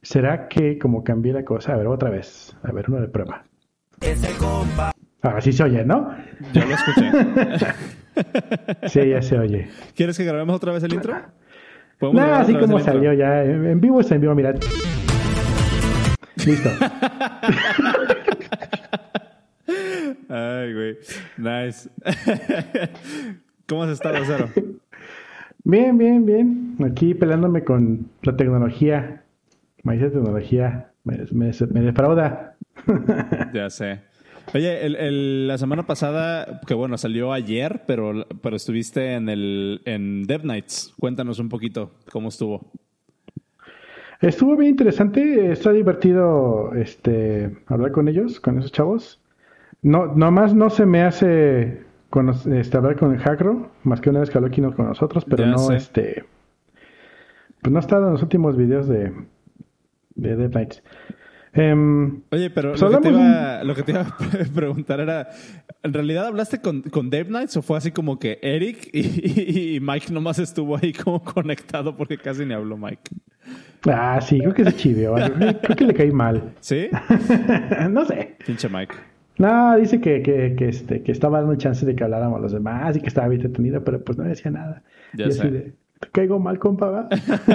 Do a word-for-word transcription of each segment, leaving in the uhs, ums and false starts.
¿Será que como cambié la cosa? A ver, otra vez. A ver, uno de prueba. Ese compa. Ah, sí se oye, ¿no? Yo lo escuché. Sí, ya se oye. ¿Quieres que grabemos otra vez el intro? No, grabar así otra vez como el intro? salió ya. En en vivo está en vivo, mira. Listo. Ay, güey. Nice. ¿Cómo has estado, Cero? Bien, bien, bien. Aquí peleándome con la tecnología. Me dice tecnología. Me, me, me defrauda. Ya sé. Oye, el, el, la semana pasada, que bueno, salió ayer, pero, pero estuviste en el en Dev Nights. Cuéntanos un poquito cómo estuvo. Estuvo bien interesante. Está divertido este hablar con ellos, con esos chavos. No, nomás no se me hace cono- este, hablar con el Hackro, más que una vez que habló aquí no con nosotros, pero Ya no, sé. este, pues no ha estado en los últimos videos de, de Dead Nights. Em, Oye, pero pues lo, que te hablamos iba, lo que te iba a preguntar era, ¿en realidad hablaste con, con Dev Nights o fue así como que Eric y, y, y Mike nomás estuvo ahí como conectado porque casi ni habló Mike? un- Ah, sí, creo que se chivió. Creo que le caí mal. ¿Sí? No sé. Pinche Mike. No, dice que, que, que, este, que estaba dando chance de que habláramos los demás y que estaba bien detenido, pero pues no decía nada. Ya y sé. así de, ¿te caigo mal, compa? ¿Va?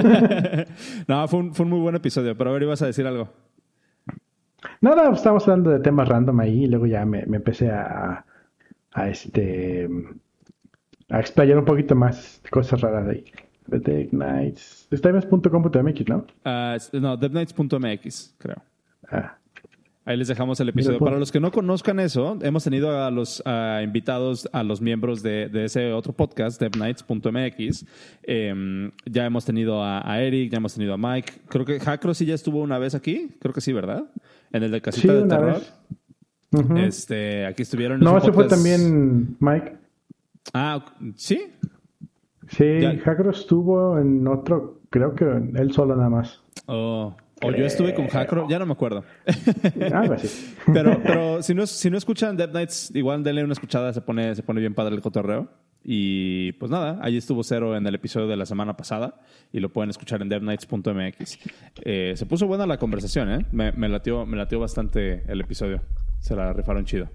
No, fue un, fue un muy buen episodio, pero a ver, ibas a decir algo. Nada, pues, estábamos hablando de temas random ahí y luego ya me, me empecé a, a este a explayar un poquito más cosas raras ahí. The Ignites. Estames punto com punto m x, ¿no? Uh, no, devnights punto m x, creo. Ah, Ahí les dejamos el episodio. Mira, Para los que no conozcan eso, hemos tenido a los a invitados, a los miembros de, de ese otro podcast, devnights punto m x. Eh, ya hemos tenido a, a Eric, ya hemos tenido a Mike. Creo que Hackro sí ya estuvo una vez aquí. Creo que sí, ¿verdad? En el de Casita sí, de una Terror. vez. Ujú. Este, aquí estuvieron. en No, un ese fue podcast- también Mike. Ah, ¿sí? Sí, Ya. Hackro estuvo en otro, creo que él solo nada más. Oh, o yo estuve con Hackro, ya no me acuerdo. Algo así. Pero, pero si no, si no escuchan Dev Nights, igual denle una escuchada, se pone, se pone bien padre el cotorreo. Y pues nada, ahí estuvo Cero en el episodio de la semana pasada y lo pueden escuchar en devnights punto m x. Eh, se puso buena la conversación, ¿eh? Me, me, latió, me latió bastante el episodio. Se la rifaron chido.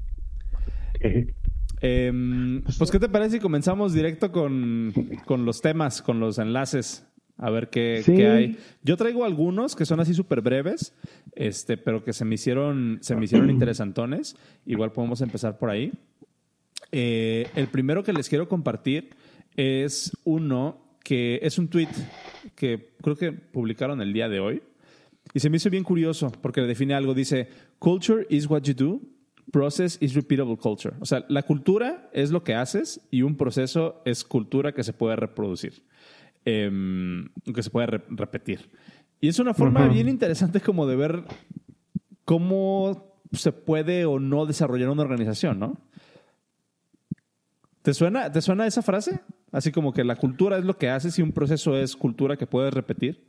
Eh, Eh, pues, ¿qué te parece si comenzamos directo con, con los temas, con los enlaces? A ver qué, Sí. qué hay. Yo traigo algunos que son así súper breves, este, pero que se me hicieron, se me hicieron interesantones. Igual podemos empezar por ahí. Eh, el primero que les quiero compartir es uno que es un tweet que creo que publicaron el día de hoy. Y se me hizo bien curioso porque define algo. Dice, culture is what you do. Process is repeatable culture. O sea, la cultura es lo que haces y un proceso es cultura que se puede reproducir, eh, que se puede re- repetir. Y es una forma Ujú. bien interesante como de ver cómo se puede o no desarrollar una organización, ¿no? ¿Te suena, ¿Te suena esa frase? Así como que la cultura es lo que haces y un proceso es cultura que puedes repetir.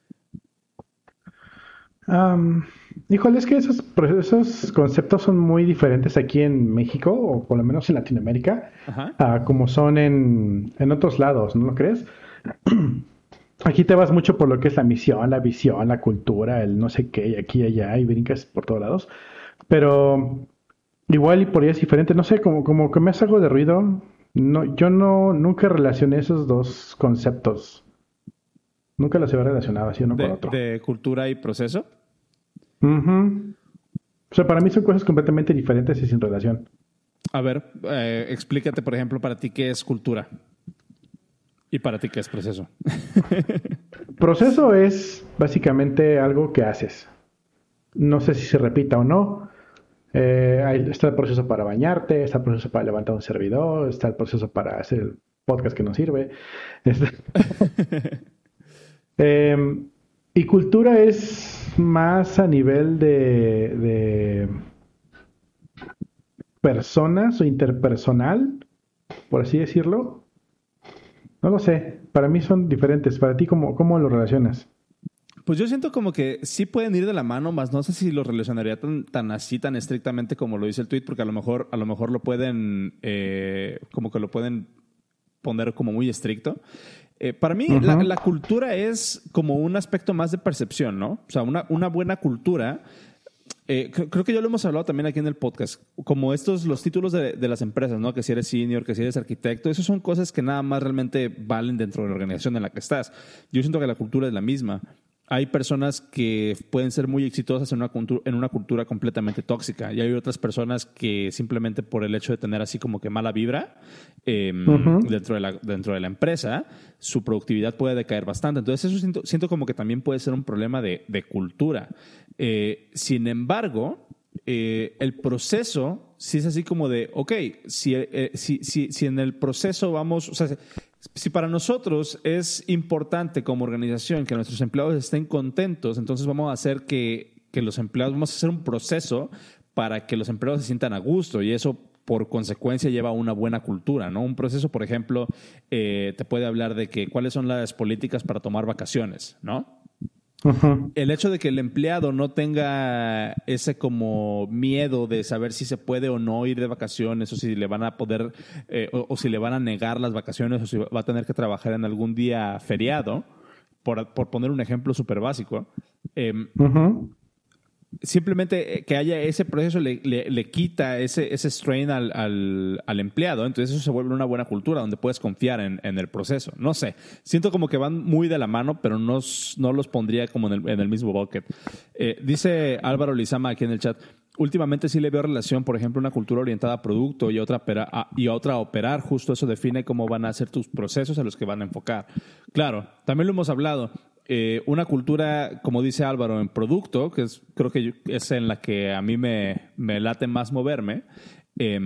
Am, híjole, es que esos, esos conceptos son muy diferentes aquí en México, o por lo menos en Latinoamérica, Ajá. a como son en, en otros lados, ¿no lo crees? Aquí te vas mucho por lo que es la misión, la visión, la cultura, el no sé qué, y aquí y allá, y brincas por todos lados. Pero igual y por ahí es diferente, no sé, como, como que me hace algo de ruido. No, yo no, nunca relacioné esos dos conceptos. Nunca los había relacionado así uno con De, otro. de cultura y proceso. Ujú. O sea, para mí son cosas completamente diferentes y sin relación. A ver, eh, explícate, por ejemplo, para ti qué es cultura y para ti qué es proceso. Proceso es básicamente algo que haces. No sé si se repita o no. Eh, hay- está el proceso para bañarte, está el proceso para levantar un servidor, está el proceso para hacer el podcast que nos sirve. Este- Eh, y cultura es más a nivel de, de personas o interpersonal, por así decirlo. No lo sé. Para mí son diferentes. Para ti, ¿cómo, cómo lo relacionas? Pues yo siento como que sí pueden ir de la mano, más no sé si lo relacionaría tan, tan así, tan estrictamente como lo dice el tweet, porque a lo mejor, a lo mejor lo pueden, eh, como que lo pueden poner como muy estricto. Eh, para mí, uh-huh. la, la cultura es como un aspecto más de percepción, ¿no? O sea, una, una buena cultura... Eh, creo que ya lo hemos hablado también aquí en el podcast, como estos, los títulos de, de las empresas, ¿no? Que si eres senior, que si eres arquitecto, esas son cosas que nada más realmente valen dentro de la organización en la que estás. Yo siento que la cultura es la misma. Hay personas que pueden ser muy exitosas en una, cultura, en una cultura completamente tóxica y hay otras personas que simplemente por el hecho de tener así como que mala vibra eh, uh-huh. dentro, de la, dentro de la empresa, su productividad puede decaer bastante. Entonces eso siento, siento como que también puede ser un problema de, de cultura. Eh, sin embargo, eh, el proceso sí es así como de, ok, si, eh, si, si, si en el proceso vamos... O sea, si para nosotros es importante como organización que nuestros empleados estén contentos, entonces vamos a hacer que, que los empleados, vamos a hacer un proceso para que los empleados se sientan a gusto y eso por consecuencia lleva a una buena cultura, ¿no? Un proceso, por ejemplo, eh, te puede hablar de que cuáles son las políticas para tomar vacaciones, ¿no? Uh-huh. El hecho de que el empleado no tenga ese como miedo de saber si se puede o no ir de vacaciones o si le van a poder eh, o, o si le van a negar las vacaciones o si va a tener que trabajar en algún día feriado, por, por poner un ejemplo súper básico, eh, uh-huh. simplemente que haya ese proceso le, le, le quita ese, ese strain al, al, al empleado. Entonces eso se vuelve una buena cultura donde puedes confiar en, en el proceso. No sé, siento como que van muy de la mano, pero no, no los pondría como en el, en el mismo bucket. Eh, dice Álvaro Lizama aquí en el chat, últimamente sí le veo relación, por ejemplo, una cultura orientada a producto y otra, a, y otra a operar. Justo eso define cómo van a ser tus procesos a los que van a enfocar. Claro, también lo hemos hablado. Eh, una cultura, como dice Álvaro, en producto, que es, creo que yo, es en la que a mí me, me late más moverme, eh,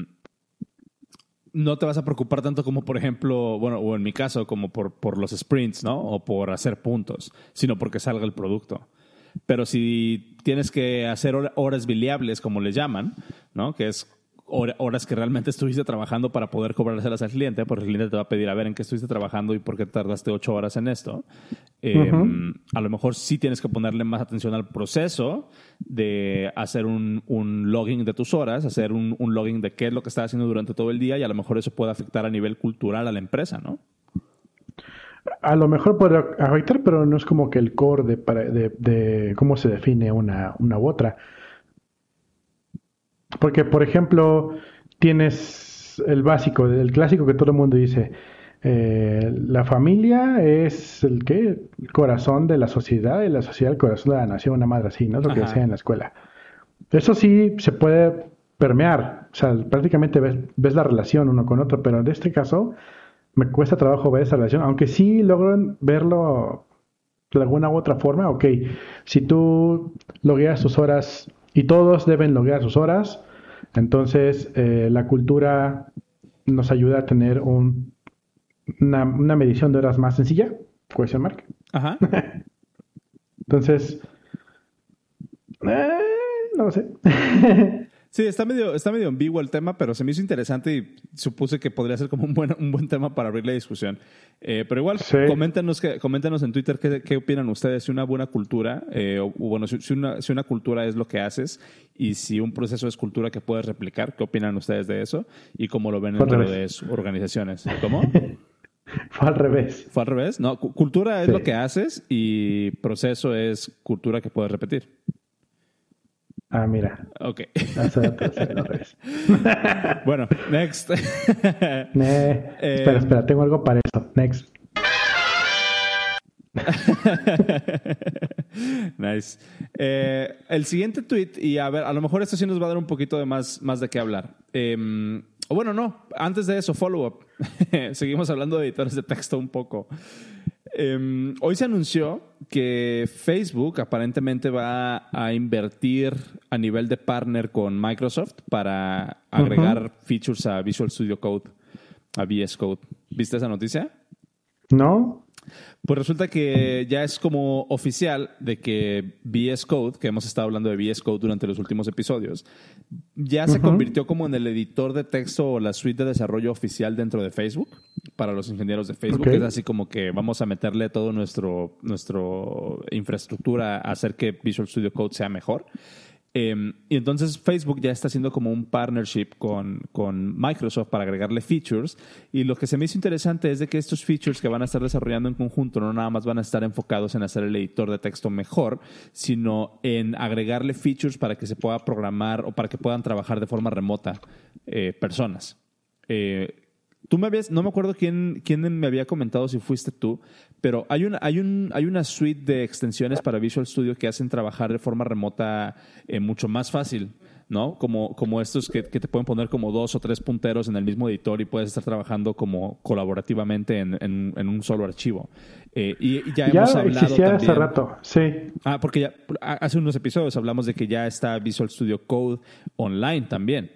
no te vas a preocupar tanto como, por ejemplo, bueno, o en mi caso, como por, por los sprints, ¿no? O por hacer puntos, sino porque salga el producto. Pero si tienes que hacer horas billeables, como les llaman, ¿no? Que es horas que realmente estuviste trabajando para poder cobrárselas al cliente, porque el cliente te va a pedir a ver en qué estuviste trabajando y por qué tardaste ocho horas en esto. Eh, uh-huh. A lo mejor sí tienes que ponerle más atención al proceso de hacer un, un logging de tus horas, hacer un, un logging de qué es lo que estás haciendo durante todo el día y a lo mejor eso puede afectar a nivel cultural a la empresa, ¿no? A lo mejor puede afectar, pero no es como que el core de, de, de cómo se define una, una u otra. Porque, por ejemplo, tienes el básico, el clásico que todo el mundo dice, eh, la familia es el ¿qué? El corazón de la sociedad y la sociedad el corazón de la nación, una madre así, ¿no? Es lo que decía en la escuela. Eso sí se puede permear, o sea, prácticamente ves, ves la relación uno con otro, pero en este caso me cuesta trabajo ver esa relación, aunque sí logran verlo de alguna u otra forma. Ok, si tú logueas tus horas y todos deben loguear sus horas, entonces eh, la cultura nos ayuda a tener un, una, una medición de horas más sencilla, question mark. Ajá. Entonces, eh, no lo sé. Sí, está medio, está medio ambiguo el tema, pero se me hizo interesante y supuse que podría ser como un buen, un buen tema para abrir la discusión. Eh, pero igual, sí. coméntenos, que, coméntenos en Twitter qué, qué opinan ustedes, si una buena cultura, eh, o bueno, si, si, una, si una cultura es lo que haces y si un proceso es cultura que puedes replicar, ¿qué opinan ustedes de eso? Y cómo lo ven dentro de sus organizaciones. ¿Cómo? Fue al revés. ¿Fue al revés? No, cultura es sí. lo que haces y proceso es cultura que puedes repetir. Ah, mira. Ok. Bueno, next. Ne- espera, espera, tengo algo para eso. Next. Nice. Eh, el siguiente tweet, y a ver, a lo mejor esto sí nos va a dar un poquito de más, más de qué hablar. Eh, o bueno, no, antes de eso, follow-up. Seguimos hablando de editores de texto un poco. Um, hoy se anunció que Facebook aparentemente va a invertir a nivel de partner con Microsoft para agregar uh-huh. features a Visual Studio Code, a V S Code. ¿Viste esa noticia? No. Pues resulta que ya es como oficial de que V S Code, que hemos estado hablando de V S Code durante los últimos episodios, ya uh-huh. se convirtió como en el editor de texto o la suite de desarrollo oficial dentro de Facebook para los ingenieros de Facebook. Okay. Es así como que vamos a meterle todo nuestro nuestro infraestructura a hacer que Visual Studio Code sea mejor. Eh, y entonces Facebook ya está haciendo como un partnership con, con Microsoft para agregarle features. Y lo que se me hizo interesante es de que estos features que van a estar desarrollando en conjunto no nada más van a estar enfocados en hacer el editor de texto mejor, sino en agregarle features para que se pueda programar o para que puedan trabajar de forma remota eh, personas. Eh, Tú me habías, no me acuerdo quién, quién me había comentado, si fuiste tú, pero hay una, hay un, hay una suite de extensiones para Visual Studio que hacen trabajar de forma remota eh, mucho más fácil, ¿no? Como, como estos que, que te pueden poner como dos o tres punteros en el mismo editor y puedes estar trabajando como colaborativamente en, en, en un solo archivo. Eh, y ya, ya hemos hablado existía también. hace rato, sí. Ah, porque ya hace unos episodios hablamos de que ya está Visual Studio Code online también.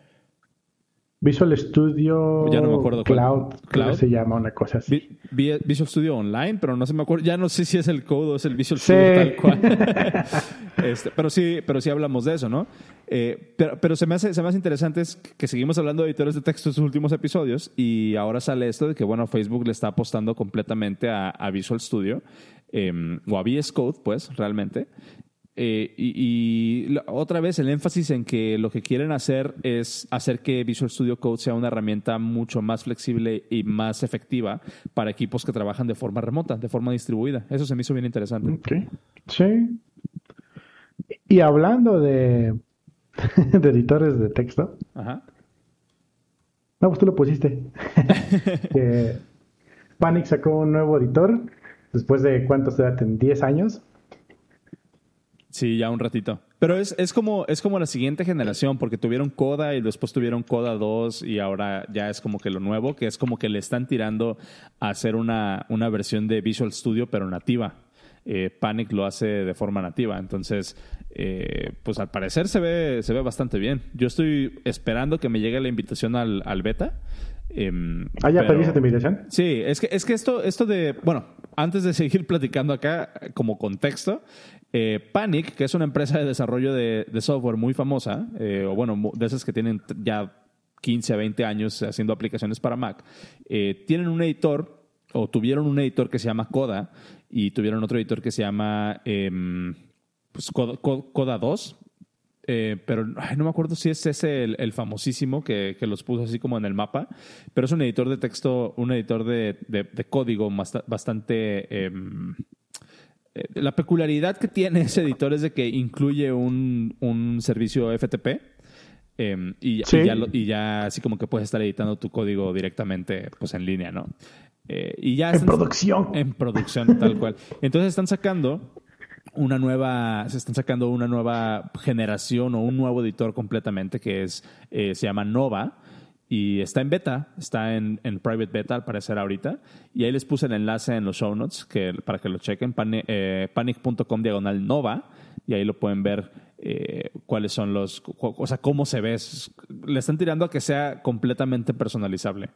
Visual Studio Ya no me acuerdo cuál. Cloud, creo Cloud. que se llama una cosa así. Vi- vi- Visual Studio Online, pero no se me acuerdo. Ya no sé si es el Code o es el Visual Sí. Studio tal cual. Este, pero sí, pero sí hablamos de eso, ¿no? Eh, pero, pero se me hace, se me hace interesante es que seguimos hablando de editores de texto en estos últimos episodios y ahora sale esto de que, bueno, Facebook le está apostando completamente a, a Visual Studio eh, o a V S Code, pues, realmente. Eh, y, y la- otra vez el énfasis en que lo que quieren hacer es hacer que Visual Studio Code sea una herramienta mucho más flexible y más efectiva para equipos que trabajan de forma remota, de forma distribuida. Eso se me hizo bien interesante. Ok. Sí. Y hablando de, de editores de texto, Ajá. no, pues tú lo pusiste. Que Panic sacó un nuevo editor después de cuántos daten, diez años. Sí, ya un ratito. Pero es, es, como, es como la siguiente generación, porque tuvieron Coda y después tuvieron Coda dos y ahora ya es como que lo nuevo, que es como que le están tirando a hacer una, una versión de Visual Studio, pero nativa. Eh, Panic lo hace de forma nativa. Entonces, eh, pues al parecer se ve, se ve bastante bien. Yo estoy esperando que me llegue la invitación al, al beta. Em, ¿Ah, ya pero- pediste tu invitación? Sí, es que, es que esto, esto de... Bueno, antes de seguir platicando acá, como contexto, eh, Panic, que es una empresa de desarrollo de, de software muy famosa, eh, o bueno, mu- de esas que tienen t- ya quince a veinte años haciendo aplicaciones para Mac, eh, tienen un editor, o tuvieron un editor que se llama Coda, y tuvieron otro editor que se llama em, pues, Coda, Co- Coda dos, eh, pero ay, no me acuerdo si es ese el, el famosísimo que, que los puso así como en el mapa, pero es un editor de texto, un editor de, de- de código bast- bastante... em, eh, la peculiaridad que tiene ese editor es de que incluye un, un servicio F T P em, y, Sí. y ya lo- y ya así como que puedes estar editando tu código directamente pues en línea, ¿no? Eh, y ya En están- producción. en producción, tal cual. Entonces están sacando una nueva, se están sacando una nueva generación o un nuevo editor completamente que es, eh, se llama Nova y está en beta, está en, en private beta al parecer ahorita y ahí les puse el enlace en los show notes que, para que lo chequen, pani- eh, panic.com diagonal Nova y ahí lo pueden ver eh, cuáles son los, cu- o sea, cómo se ve. Es- Le están tirando a que sea completamente personalizable.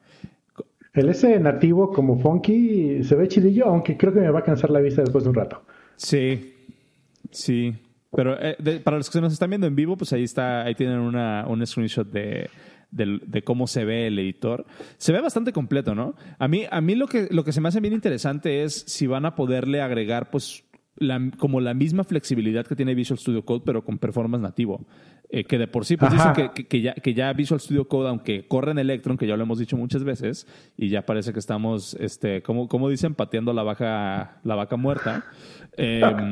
El S nativo como funky se ve chidillo, aunque creo que me va a cansar la vista después de un rato. Sí, sí. Pero eh, de- para los que nos están viendo en vivo, pues ahí está, ahí tienen una, un screenshot de, del- de cómo se ve el editor. Se ve bastante completo, ¿no? A mí, a mí lo que, lo que se me hace bien interesante es si van a poderle agregar, pues, la, como la misma flexibilidad que tiene Visual Studio Code, pero con performance nativo. Eh, que de por sí, pues Ajá. dicen que, que, que ya, que ya Visual Studio Code, aunque corre en Electron, que ya lo hemos dicho muchas veces, y ya parece que estamos, este, como, como dicen, pateando la vaca, la vaca muerta. Em,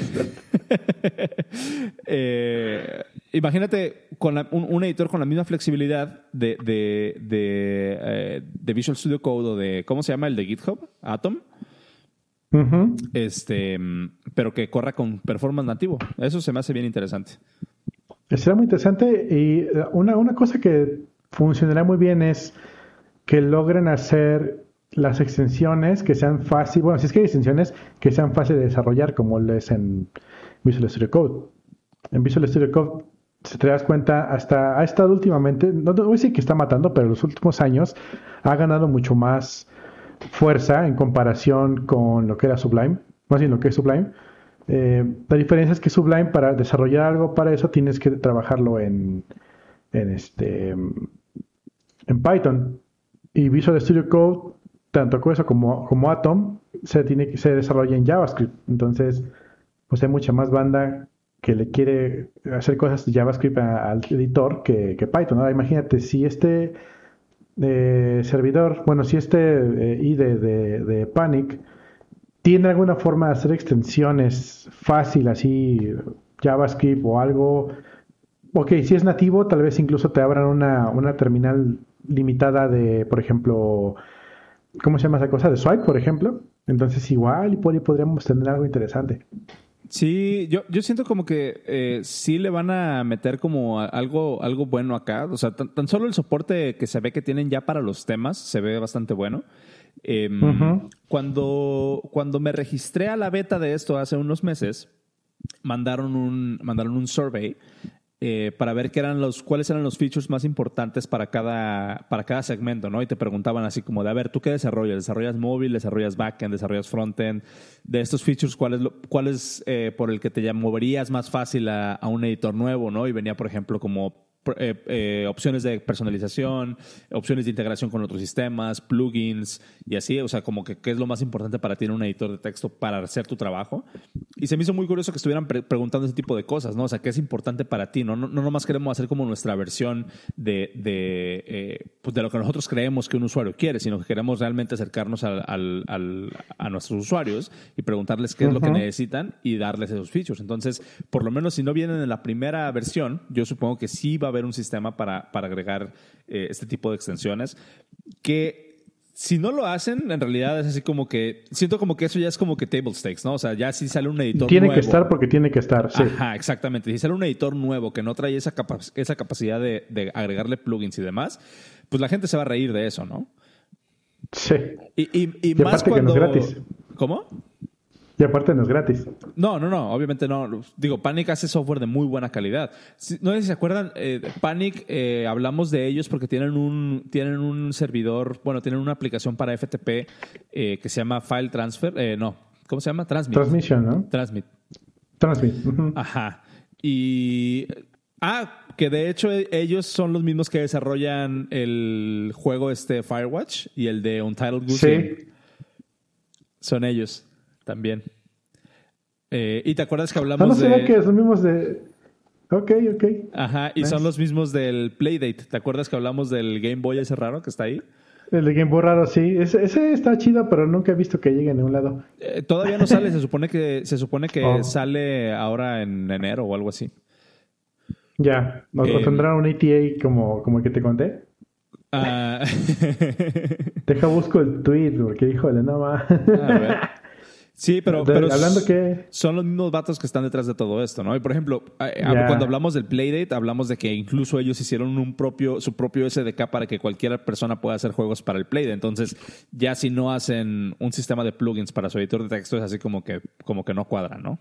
eh, imagínate con la- un, un editor con la misma flexibilidad de, de, de, eh, de Visual Studio Code o de, ¿cómo se llama el de GitHub? Atom. Ujú. Este, mm, pero que corra con performance nativo. Eso se me hace bien interesante. Será muy interesante y eh, una, una cosa que funcionará muy bien es que logren hacer las extensiones que sean fáciles, bueno, si es que hay extensiones que sean fáciles de desarrollar como lo es en Visual Studio Code. En Visual Studio Code, si te das cuenta, hasta ha estado últimamente, no no voy a decir que está matando, pero en los últimos años ha ganado mucho más fuerza en comparación con lo que era Sublime, más bien lo que es Sublime. Eh, la diferencia es que Sublime, para desarrollar algo para eso, tienes que trabajarlo en, en, este, en Python. Y Visual Studio Code, tanto eso como, como Atom, se, tiene, que- se desarrolla en JavaScript. Entonces, pues hay mucha más banda que le quiere hacer cosas de JavaScript a- al editor que, que Python. Ahora imagínate, si este eh, servidor, bueno, si este eh, I D E de, de Panic tiene alguna forma de hacer extensiones fácil, así JavaScript o algo. Ok, si es nativo, tal vez incluso te abran una, una terminal limitada de, por ejemplo, ¿cómo se llama esa cosa? De swipe, por ejemplo. Entonces igual y por ahí podríamos tener algo interesante. Sí, yo, yo siento como que eh, sí le van a meter como a- algo, algo bueno acá. O sea, tan, tan solo el soporte que se ve que tienen ya para los temas se ve bastante bueno. Eh, Ujú. cuando, cuando me registré a la beta de esto hace unos meses, mandaron un, mandaron un survey eh, para ver qué eran los, cuáles eran los features más importantes para cada, para cada segmento, ¿no? Y te preguntaban así como de, a ver, ¿tú qué desarrollas? ¿Desarrollas móvil? ¿Desarrollas backend? ¿Desarrollas frontend? De estos features, ¿cuál es, lo- cuál es eh, por el que te ya moverías más fácil a, a un editor nuevo, ¿no? Y venía, por ejemplo, como eh, eh, opciones de personalización, opciones de integración con otros sistemas, plugins y así, o sea, como que qué es lo más importante para ti en un editor de texto para hacer tu trabajo. Y se me hizo muy curioso que estuvieran pre- preguntando ese tipo de cosas, ¿no? O sea, qué es importante para ti, ¿no? No, no nomás queremos hacer como nuestra versión de, de, eh, pues de lo que nosotros creemos que un usuario quiere, sino que queremos realmente acercarnos al, al, al, a nuestros usuarios y preguntarles qué es lo que Ujú. necesitan y darles esos features. Entonces, por lo menos si no vienen en la primera versión, yo supongo que sí va a haber un sistema para, para agregar eh, este tipo de extensiones que si no lo hacen, en realidad es así como que siento como que eso ya es como que table stakes, ¿no? O sea, ya si sale un editor Tiene nuevo. que estar porque tiene que estar, sí. Ajá, exactamente. Si sale un editor nuevo que no trae esa, capa- esa capacidad de, de agregarle plugins y demás, pues la gente se va a reír de eso, ¿no? Sí. Y, y, y Y más aparte que no cuando... es gratis. ¿Cómo? Y aparte no es gratis. No, no, no, obviamente no. Digo, Panic hace software de muy buena calidad. Si- no sé si se acuerdan, eh, Panic, eh, hablamos de ellos porque tienen un, tienen un servidor, bueno, tienen una aplicación para F T P eh, que se llama File Transfer. Eh, no, ¿cómo se llama? Transmit. Transmission, ¿no? Transmit. Transmit. Ujú. Ajá. Y. Ah, que de hecho e- ellos son los mismos que desarrollan el juego este Firewatch y el de Untitled Goose Game. Sí. Son ellos también. Eh, y te acuerdas que Ah, no hablamos será de. que son mismos de... Ok, ok. Ajá, y Nice. son los mismos del Playdate. ¿Te acuerdas que hablamos del Game Boy ese raro que está ahí? El de Game Boy raro, sí. Ese, ese está chido, pero nunca he visto que llegue a ningún lado. Eh, todavía no sale, se supone que, se supone que Oh. sale ahora en enero o algo así. Ya. ¿O, o El- tendrán un A T A como, como el que te conté? Ah, Deja busco el tweet, porque híjole, no va. a ver. Sí, pero, De- pero hablando que... son los mismos vatos que están detrás de todo esto, ¿no? Y por ejemplo, eh, Ya. cuando hablamos del Playdate, hablamos de que incluso ellos hicieron un propio, su propio S D K para que cualquier persona pueda hacer juegos para el Playdate. Entonces, ya si no hacen un sistema de plugins para su editor de texto, es así como que, como que no cuadra, ¿no?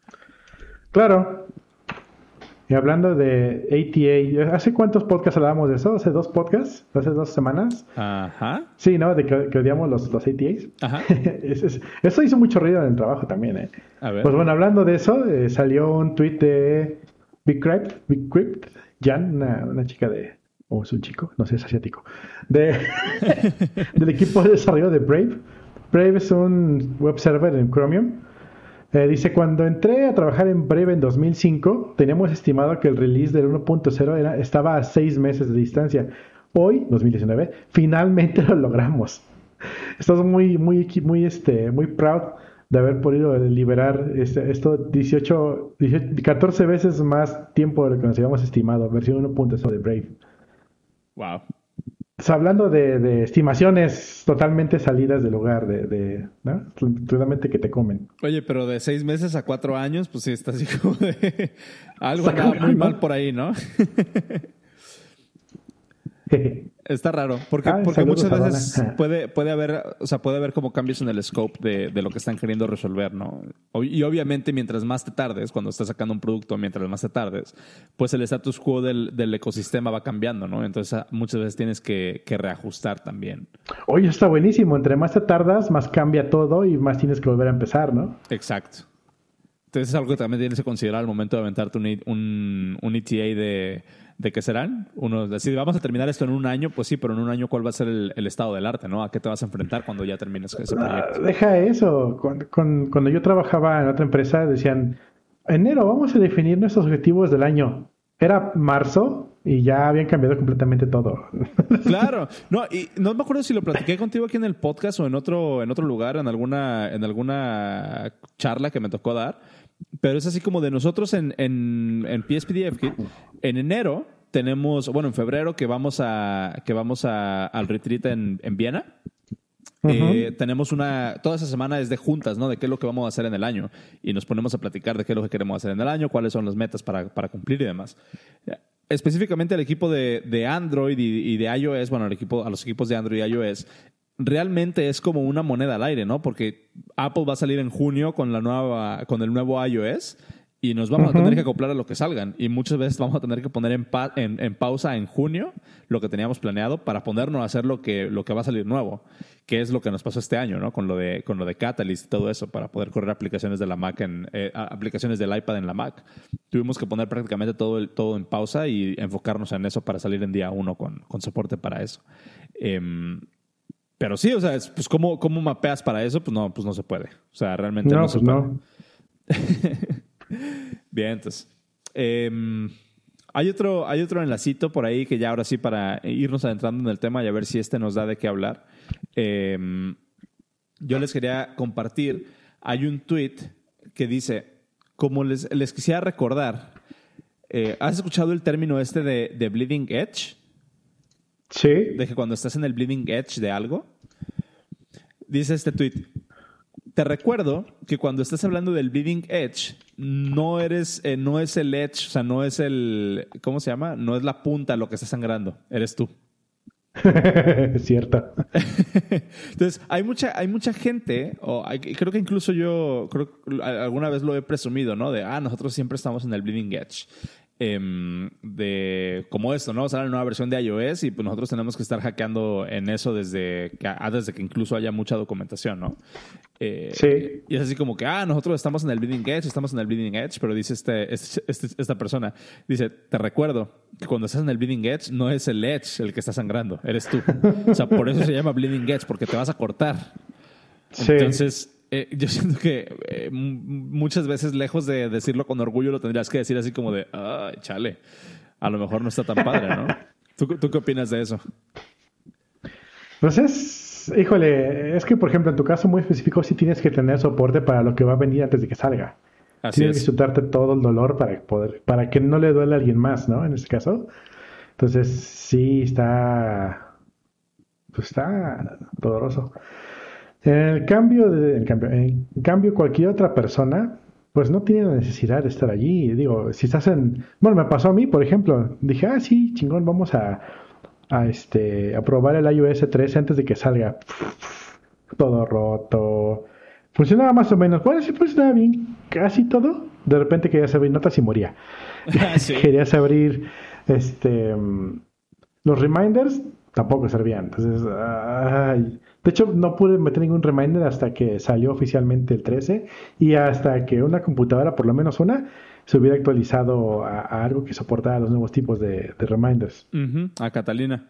Claro. Y hablando de A T A, ¿hace cuántos podcasts hablábamos de eso? ¿Hace dos podcasts? ¿Hace dos semanas? Ajá. Sí, ¿no? De que, que odiamos los, los A T As. Ajá. Es- es- eso hizo mucho ruido en el trabajo también, ¿eh? A ver. Pues bueno, hablando de eso, eh, salió un tweet de Big Crypt, Big Crypt, Jan, una, una chica de... o es un chico, no sé, es asiático. De, del equipo de desarrollo de Brave. Brave es un web server en Chromium. Eh, dice, cuando entré a trabajar en Brave en dos mil cinco, teníamos estimado que el release del uno punto cero era, estaba a seis meses de distancia. Hoy, dos mil diecinueve, finalmente lo logramos. Estamos muy, muy, muy, este, muy proud de haber podido liberar este, esto dieciocho, dieciocho, catorce veces más tiempo de lo que nos habíamos estimado, versión uno punto cero de Brave. Wow. O sea, hablando de, de estimaciones totalmente salidas del lugar, de, de ¿no? Totalmente que te comen. Oye, pero de seis meses a cuatro años, pues sí, está así como de... Algo Está anda muy cabrón, ¿no? mal por ahí, ¿no? Está raro, porque, Ay, porque saludos muchas a veces Donna. puede, puede haber, o sea, puede haber como cambios en el scope de, de lo que están queriendo resolver, ¿no? O- Y obviamente mientras más te tardes, cuando estás sacando un producto, mientras más te tardes, pues el status quo del, del ecosistema va cambiando, ¿no? Entonces ah, muchas veces tienes que, que reajustar también. Oye, está buenísimo. Entre más te tardas, más cambia todo y más tienes que volver a empezar, ¿no? Exacto. Entonces es algo que también tienes que considerar al momento de aventarte un, I- un, un E T A de, de qué serán. Uno, si vamos a terminar esto en un año, pues sí, pero en un año, ¿cuál va a ser el, el estado del arte, ¿no? ¿A qué te vas a enfrentar cuando ya termines ese Ah, proyecto? deja eso. Con- con- cuando yo trabajaba en otra empresa, decían, enero, vamos a definir nuestros objetivos del año. Era marzo y ya habían cambiado completamente todo. Claro. No, y no me acuerdo si lo platiqué contigo aquí en el podcast o en otro, en otro lugar, en alguna, en alguna charla que me tocó dar. Pero es así como de nosotros en, en, en P S P D F Kit. En enero tenemos, bueno, en febrero que vamos a que vamos a, al retreat en, en Viena. Uh-huh. Eh, tenemos una, toda esa semana es de juntas, ¿no? De qué es lo que vamos a hacer en el año. Y nos ponemos a platicar de qué es lo que queremos hacer en el año, cuáles son las metas para, para cumplir y demás. Específicamente al equipo de, de Android y, y de iOS, bueno, al equipo, a los equipos de Android y iOS, realmente es como una moneda al aire, ¿no? Porque Apple va a salir en junio con la nueva, con el nuevo iOS y nos vamos uh-huh. a tener que acoplar a lo que salgan. Y muchas veces vamos a tener que poner en, pa- en, en pausa en junio lo que teníamos planeado para ponernos a hacer lo que, lo que va a salir nuevo, que es lo que nos pasó este año, ¿no? Con lo de, con lo de Catalyst y todo eso, para poder correr aplicaciones de la Mac en, eh, aplicaciones del iPad en la Mac. Tuvimos que poner prácticamente todo, el, todo en pausa y enfocarnos en eso para salir en día uno con, con soporte para eso. Eh, Pero sí, o sea, es, pues ¿cómo, ¿cómo mapeas para eso? Pues no, pues no se puede. O sea, realmente no, no se pues puede. No. Bien, entonces. Eh, hay otro, hay otro enlacito por ahí que ya ahora sí para irnos adentrando en el tema y a ver si este nos da de qué hablar. Eh, yo les quería compartir, hay un tweet que dice, como les, les quisiera recordar, eh, ¿has escuchado el término este de, de bleeding edge? Sí. De que cuando estás en el bleeding edge de algo, dice este tweet, te recuerdo que cuando estás hablando del bleeding edge, no eres, eh, no es el edge, o sea, no es el, ¿cómo se llama? No es la punta lo que está sangrando, eres tú. Es cierto. Entonces, hay mucha, hay mucha gente, o hay, creo que incluso yo, creo que alguna vez lo he presumido, ¿no? De, ah, nosotros siempre estamos en el bleeding edge. Eh, de como esto, ¿no? Sale la nueva versión de iOS y pues nosotros tenemos que estar hackeando en eso desde que, desde que incluso haya mucha documentación, ¿no? Eh, sí. Y es así como que, ah, nosotros estamos en el bleeding edge, estamos en el bleeding edge, pero dice este, este, este, esta persona, dice, te recuerdo que cuando estás en el bleeding edge no es el edge el que está sangrando, eres tú. O sea, por eso se llama bleeding edge, porque te vas a cortar. Sí. Entonces, eh, yo siento que eh, m- muchas veces, lejos de decirlo con orgullo, lo tendrías que decir así como de, ay, chale, a lo mejor no está tan padre, ¿no? ¿Tú, tú qué opinas de eso? Pues es, híjole, es que por ejemplo en tu caso muy específico sí tienes que tener soporte para lo que va a venir antes de que salga. Así tienes es. que disfrutarte todo el dolor para poder, para que no le duele a alguien más, ¿no? En este caso. Entonces sí está, pues está doloroso. En el cambio, de, en cambio, en cambio cualquier otra persona, pues no tiene la necesidad de estar allí. Digo, si estás en, bueno, me pasó a mí, por ejemplo, dije, ah, sí, chingón, vamos a, a este, a probar el iOS trece antes de que salga. Todo roto. Funcionaba más o menos. Bueno, sí funcionaba bien, casi todo. De repente querías abrir notas y moría. Sí. Querías abrir, este, los reminders, tampoco servían. Entonces, ay. De hecho, no pude meter ningún reminder hasta que salió oficialmente el trece y hasta que una computadora, por lo menos una, se hubiera actualizado a, a algo que soportara los nuevos tipos de, de reminders. Uh-huh. A Catalina.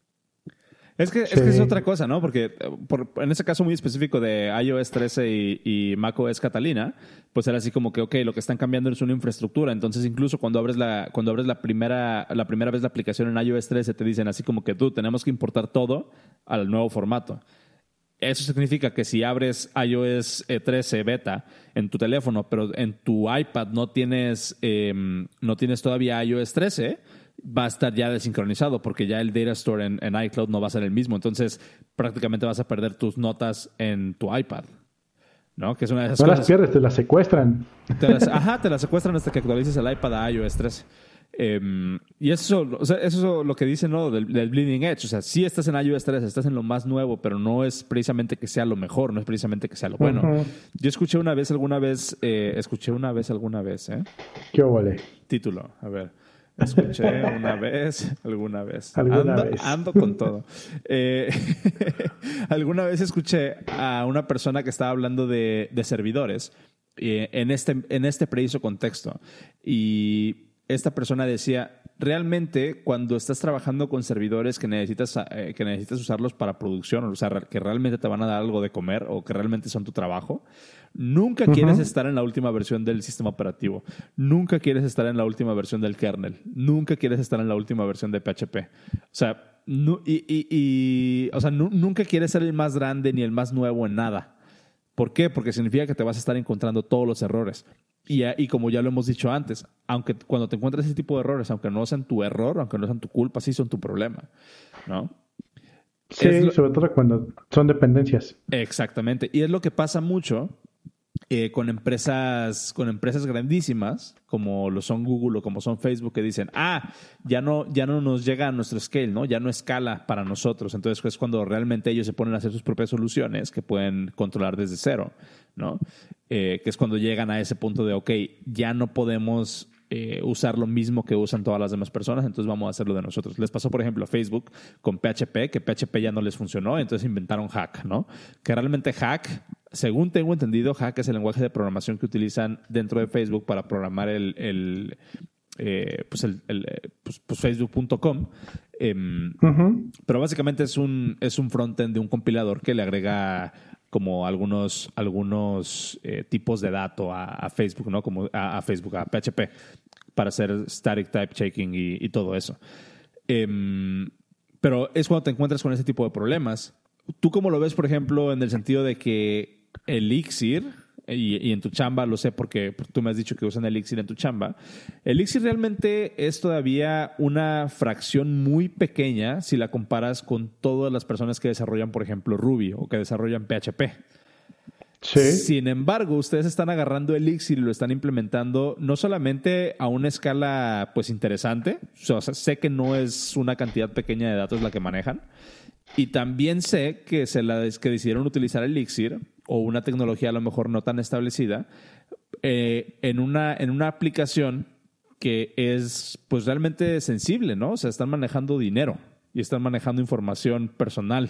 Es que, Sí. es que es otra cosa, ¿no? Porque por, en ese caso muy específico de iOS trece y, y macOS Catalina, pues era así como que, ok, lo que están cambiando es una infraestructura. Entonces, incluso cuando abres la, cuando abres la primera, la primera vez la aplicación en iOS trece, te dicen así como que tú, tenemos que importar todo al nuevo formato. Eso significa que si abres iOS trece beta en tu teléfono, pero en tu iPad no tienes, eh, no tienes todavía iOS trece, va a estar ya desincronizado porque ya el data store en, en iCloud no va a ser el mismo. Entonces, prácticamente vas a perder tus notas en tu iPad, ¿no? Que es una de esas No cosas. las pierdes, te las secuestran. Te las, ajá, te las secuestran hasta que actualices el iPad a iOS trece. Eh, y eso, o sea, eso es lo que dicen, ¿no? Del, del bleeding edge. O sea, sí estás en iOS trece, estás en lo más nuevo, pero no es precisamente que sea lo mejor, no es precisamente que sea lo bueno. Uh-huh. Yo escuché una vez, alguna vez, eh, escuché una vez, alguna vez, ¿eh? ¿Qué óvole? Título, a ver. Escuché una vez, alguna vez. ¿Alguna ando, vez? ando con todo. Eh, alguna vez escuché a una persona que estaba hablando de, de servidores eh, en, este, en este preciso contexto. Y esta persona decía, realmente cuando estás trabajando con servidores que necesitas, eh, que necesitas usarlos para producción, o sea, que realmente te van a dar algo de comer o que realmente son tu trabajo, nunca uh-huh. quieres estar en la última versión del sistema operativo. Nunca quieres estar en la última versión del kernel. Nunca quieres estar en la última versión de P H P. O sea, no, y, y, y, o sea nu- nunca quieres ser el más grande ni el más nuevo en nada. ¿Por qué? Porque significa que te vas a estar encontrando todos los errores. Y, y como ya lo hemos dicho antes, aunque cuando te encuentres ese tipo de errores, aunque no sean tu error, aunque no sean tu culpa, sí son tu problema, ¿no? Sí, lo... sobre todo cuando son dependencias. Exactamente. Y es lo que pasa mucho eh, con empresas, con empresas grandísimas, como lo son Google o como son Facebook, que dicen, ah, ya no, ya no nos llega a nuestro scale, ¿no? Ya no escala para nosotros. Entonces es cuando realmente ellos se ponen a hacer sus propias soluciones que pueden controlar desde cero, ¿no? Eh, que es cuando llegan a ese punto de, ok, ya no podemos eh, usar lo mismo que usan todas las demás personas, entonces vamos a hacerlo de nosotros. Les pasó, por ejemplo, a Facebook con P H P, que P H P ya no les funcionó, entonces inventaron Hack, ¿no? Que realmente Hack, según tengo entendido, Hack es el lenguaje de programación que utilizan dentro de Facebook para programar el, el eh, pues, el, el pues, pues facebook punto com. Eh, uh-huh. Pero básicamente es un, es un frontend de un compilador que le agrega como algunos, algunos eh, tipos de datos a, a Facebook, ¿no? Como a, a Facebook, a P H P, para hacer static type checking y, y todo eso. Eh, pero es cuando te encuentras con ese tipo de problemas. ¿Tú cómo lo ves, por ejemplo, en el sentido de que Elixir, y, y en tu chamba, lo sé porque tú me has dicho que usan Elixir en tu chamba, Elixir realmente es todavía una fracción muy pequeña si la comparas con todas las personas que desarrollan, por ejemplo, Ruby o que desarrollan P H P. Sí. Sin embargo, ustedes están agarrando Elixir y lo están implementando no solamente a una escala pues interesante, o sea, sé que no es una cantidad pequeña de datos la que manejan, y también sé que, se la, que decidieron utilizar Elixir o una tecnología a lo mejor no tan establecida eh, en, una, en una aplicación que es pues realmente sensible, ¿no? O sea, están manejando dinero y están manejando información personal.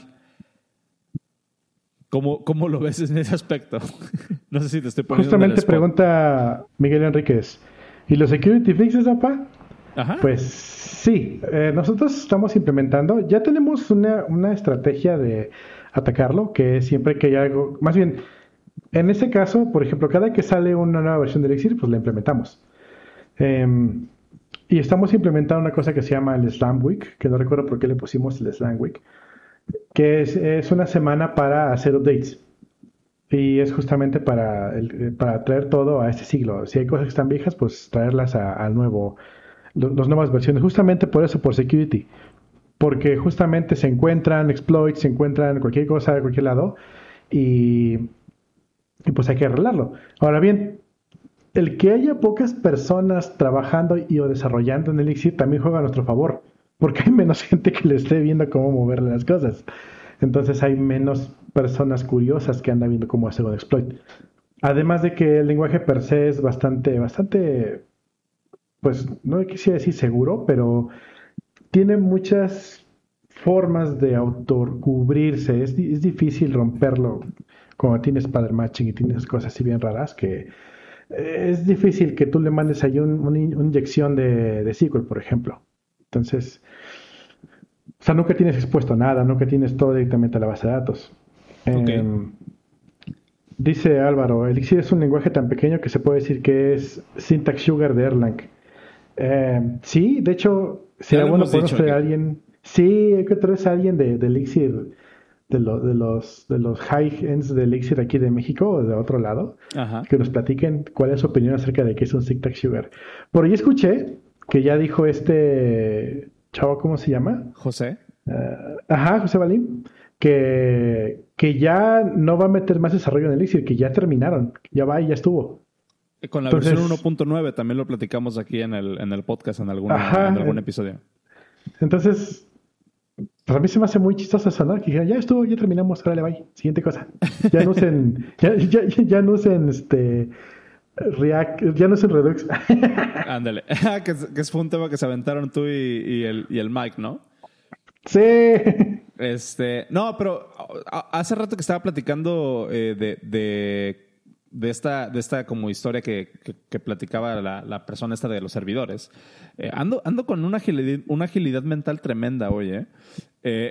¿Cómo, cómo lo ves en ese aspecto? No sé si te estoy poniendo Justamente en el spot. Pregunta Miguel Enríquez, ¿y los security fixes, papá? Ajá. Pues sí, eh, nosotros estamos implementando, ya tenemos una, una estrategia de atacarlo, que es siempre que hay algo, más bien, en este caso, por ejemplo, cada que sale una nueva versión de Elixir, pues la implementamos. Eh, y estamos implementando una cosa que se llama el Slam Week, que no recuerdo por qué le pusimos el Slam Week, que es, es una semana para hacer updates. Y es justamente para, el, para traer todo a este siglo. Si hay cosas que están viejas, pues traerlas al nuevo, las nuevas versiones. Justamente por eso, por security. Porque justamente se encuentran exploits, se encuentran cualquier cosa de cualquier lado y, y pues hay que arreglarlo. Ahora bien, el que haya pocas personas trabajando y o desarrollando en Elixir también juega a nuestro favor, porque hay menos gente que le esté viendo cómo moverle las cosas. Entonces hay menos personas curiosas que andan viendo cómo hacer un exploit. Además de que el lenguaje per se es bastante, bastante, pues no quisiera decir seguro, pero tiene muchas formas de autocubrirse. Es, es difícil romperlo cuando tienes pattern matching y tienes cosas así bien raras que eh, es difícil que tú le mandes ahí un, un, una inyección de, de S Q L, por ejemplo. Entonces, o sea, nunca tienes expuesto nada, nunca tienes todo directamente a la base de datos. Okay. Eh, dice Álvaro, Elixir es un lenguaje tan pequeño que se puede decir que es syntax sugar de Erlang. Eh, sí, de hecho, sería bueno conocer a alguien. Sí, hay que traer a alguien de, de Elixir, de, lo, de los de los high ends de Elixir aquí de México o de otro lado, Ajá. Que nos platiquen cuál es su opinión acerca de qué es un syntax sugar. Por ahí escuché que ya dijo este chavo, ¿cómo se llama? José. Uh, ajá, José Balín, que, que ya no va a meter más desarrollo en Elixir, que ya terminaron, ya va y ya estuvo. Con la Entonces, versión uno punto nueve también lo platicamos aquí en el, en el podcast, en, alguna, ajá, en algún episodio. Entonces, pues a mí se me hace muy chistoso eso, ¿no? Que dijeron, ya estuvo, ya terminamos, órale, bye. Siguiente cosa. Ya no usen, ya, ya, ya no usen este React, ya no usen Redux. Ándale. que, que fue un tema que se aventaron tú y, y, el, y el Mike, ¿no? Sí. Este, no, pero hace rato que estaba platicando eh, de, de de esta, de esta como historia que, que, que platicaba la, la persona esta de los servidores. Eh, ando, ando con una agilidad, una agilidad mental tremenda hoy, ¿eh? eh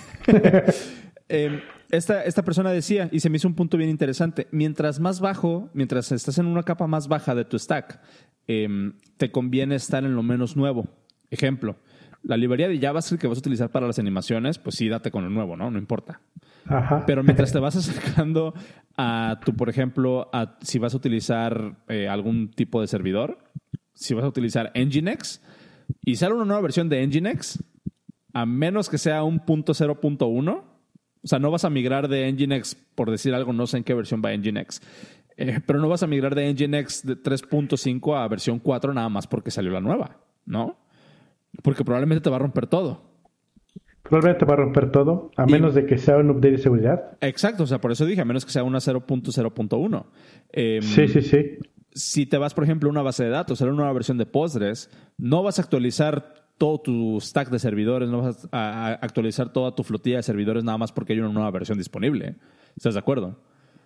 eh, esta, esta persona decía, y se me hizo un punto bien interesante, mientras más bajo, mientras estás en una capa más baja de tu stack, eh, te conviene estar en lo menos nuevo. Ejemplo, la librería de JavaScript que vas a utilizar para las animaciones, pues sí, date con lo nuevo, ¿no? No importa. Ajá. Pero mientras te vas acercando a tu, por ejemplo, a, si vas a utilizar eh, algún tipo de servidor, si vas a utilizar Nginx, y sale una nueva versión de Nginx, a menos que sea un punto cero punto uno, o sea, no vas a migrar de Nginx, por decir algo, no sé en qué versión va Nginx, eh, pero no vas a migrar de Nginx de tres punto cinco a versión cuatro nada más porque salió la nueva, ¿no? Porque probablemente te va a romper todo. Probablemente te va a romper todo, a menos y, de que sea un update de seguridad. Exacto, o sea, por eso dije, a menos que sea una cero punto cero punto uno. Eh, sí, sí, sí. Si te vas, por ejemplo, a una base de datos, a una nueva versión de Postgres, no vas a actualizar todo tu stack de servidores, no vas a, a actualizar toda tu flotilla de servidores nada más porque hay una nueva versión disponible. ¿Estás de acuerdo?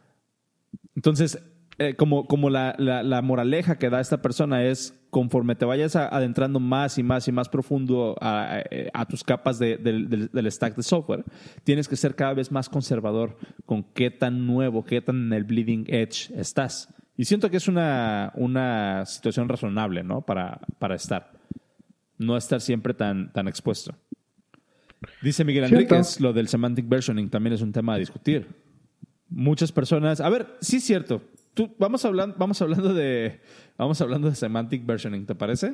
Entonces, eh, como, como la, la, la moraleja que da esta persona es, conforme te vayas a, adentrando más y más y más profundo a, a, a tus capas de, de, de, del stack de software, tienes que ser cada vez más conservador con qué tan nuevo, qué tan en el bleeding edge estás. Y siento que es una, una situación razonable, ¿no? Para, para estar. No estar siempre tan, tan expuesto. Dice Miguel Enríquez, lo del semantic versioning también es un tema a discutir. Muchas personas... A ver, sí es cierto. Tú, vamos, hablando, vamos, hablando de, vamos hablando de semantic versioning, ¿te parece?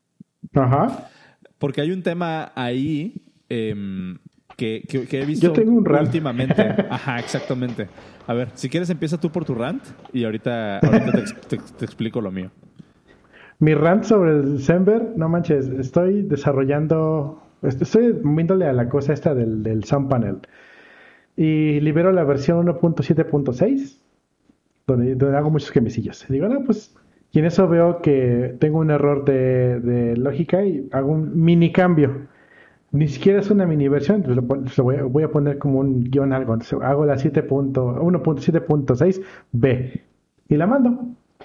Ajá. Porque hay un tema ahí eh, que, que, que he visto Yo tengo un rant. últimamente. Ajá, exactamente. A ver, si quieres empieza tú por tu rant y ahorita, ahorita te, te, te explico lo mío. Mi rant sobre el Semver, no manches, estoy desarrollando, estoy moviéndole a la cosa esta del, del Sound Panel. Y libero la versión uno punto siete punto seis, donde, donde hago muchos gemecillos. Y digo, no, pues, y en eso veo que tengo un error de, de lógica y hago un mini cambio. Ni siquiera es una mini versión, lo, lo voy, a, voy a poner como un guión algo. Entonces, hago la uno punto siete punto seis B y la mando.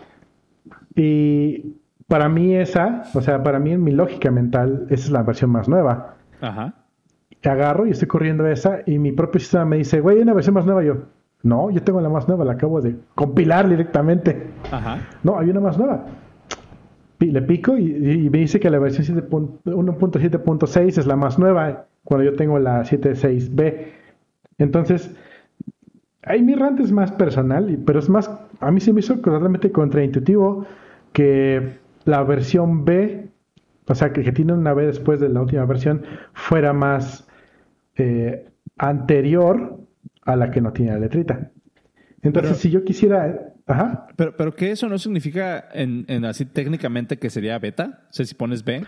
Y para mí esa, o sea, para mí en mi lógica mental, esa es la versión más nueva. Ajá. Agarro y estoy corriendo esa y mi propio sistema me dice, güey, hay una versión más nueva. Yo, no, yo tengo la más nueva, la acabo de compilar directamente. Ajá. No, hay una más nueva. Le pico y, y me dice que la versión uno punto siete punto seis es la más nueva cuando yo tengo la siete punto seis B. Entonces, ahí mi rant es más personal, pero es más, a mí se me hizo totalmente contraintuitivo que la versión B, o sea, que, que tiene una B después de la última versión, fuera más eh, anterior a la que no tiene la letrita. Entonces, pero, si yo quisiera... Ajá. Pero, pero que eso no significa en, en así técnicamente que sería beta. O sea, si pones B.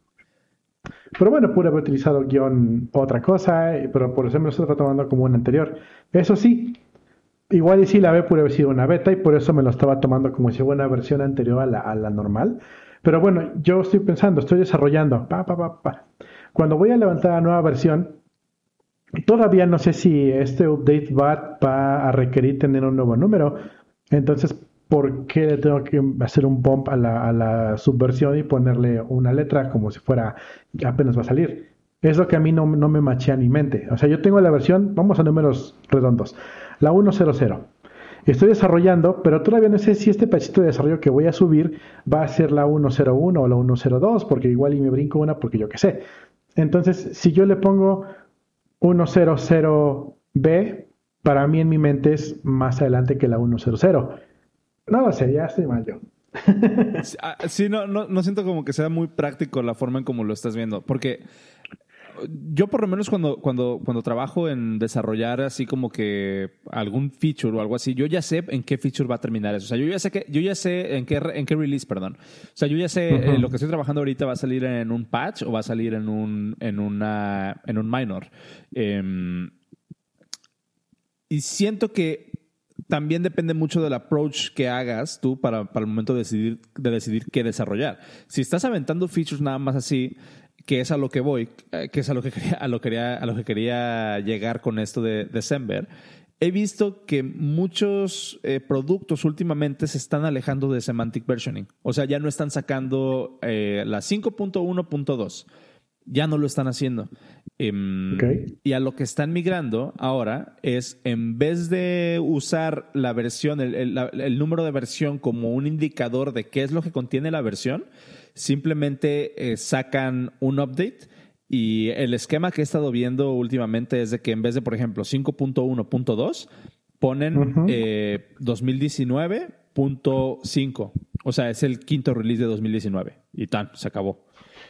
Pero bueno, pude haber utilizado guión otra cosa, pero por eso me lo estoy tomando como una anterior. Eso sí, igual y sí la B puede haber sido una beta y por eso me lo estaba tomando como si fuera una versión anterior a la, a la normal. Pero bueno, yo estoy pensando, estoy desarrollando. Pa, pa, pa, pa. Cuando voy a levantar la nueva versión, todavía no sé si este update va, va a requerir tener un nuevo número. Entonces, ¿por qué le tengo que hacer un bump a la, a la subversión y ponerle una letra como si fuera apenas va a salir? Es lo que a mí no, no me machea en mi mente. O sea, yo tengo la versión, vamos a números redondos, la uno punto cero punto cero. Estoy desarrollando, pero todavía no sé si este pedacito de desarrollo que voy a subir va a ser la uno punto cero uno o la uno punto cero dos, porque igual y me brinco una porque yo qué sé. Entonces, si yo le pongo uno punto cero cero B, para mí en mi mente es más adelante que la uno punto cero cero. No lo sé, ya estoy mal yo. Sí, no, no, no siento como que sea muy práctico la forma en cómo lo estás viendo. Porque yo por lo menos cuando, cuando, cuando trabajo en desarrollar así como que algún feature o algo así, yo ya sé en qué feature va a terminar eso. O sea, yo ya sé que, yo ya sé en qué, en qué release, perdón. O sea, yo ya sé uh-huh. eh, lo que estoy trabajando ahorita va a salir en un patch o va a salir en un, en una, en un minor. Eh, Y siento que también depende mucho del approach que hagas tú para, para el momento de decidir, de decidir qué desarrollar. Si estás aventando features nada más así, que es a lo que voy, que es a lo que quería, a lo, quería, a lo que quería llegar con esto de December, he visto que muchos eh, productos últimamente se están alejando de semantic versioning. O sea, ya no están sacando eh, la cinco punto uno punto dos. Ya no lo están haciendo. Um, okay. Y a lo que están migrando ahora es, en vez de usar la versión, el, el, la, el número de versión como un indicador de qué es lo que contiene la versión, simplemente eh, sacan un update. Y el esquema que he estado viendo últimamente es de que en vez de, por ejemplo, cinco punto uno punto dos, ponen uh-huh. eh, dos mil diecinueve punto cinco. O sea, es el quinto release de dos mil diecinueve. Y tan, se acabó.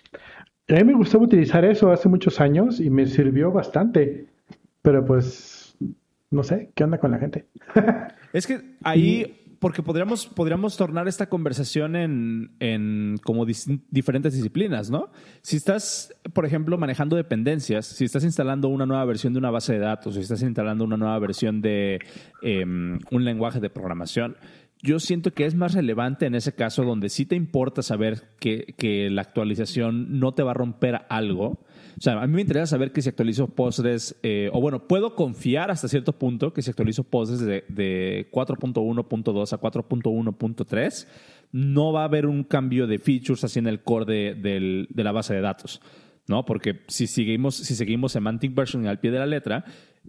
A mí me gustaba utilizar eso hace muchos años y me sirvió bastante. Pero pues, no sé, ¿qué onda con la gente? Es que ahí, porque podríamos, podríamos tornar esta conversación en, en como dis- diferentes disciplinas, ¿no? Si estás, por ejemplo, manejando dependencias, si estás instalando una nueva versión de una base de datos, si estás instalando una nueva versión de eh, un lenguaje de programación, yo siento que es más relevante en ese caso donde sí te importa saber que, que la actualización no te va a romper algo. O sea, a mí me interesa saber que si actualizo Postgres, eh, o bueno, puedo confiar hasta cierto punto que si actualizo Postgres de, de cuatro punto uno punto dos a cuatro punto uno punto tres, no va a haber un cambio de features así en el core de, de, de la base de datos, ¿no? Porque si seguimos, si seguimos semantic versioning al pie de la letra,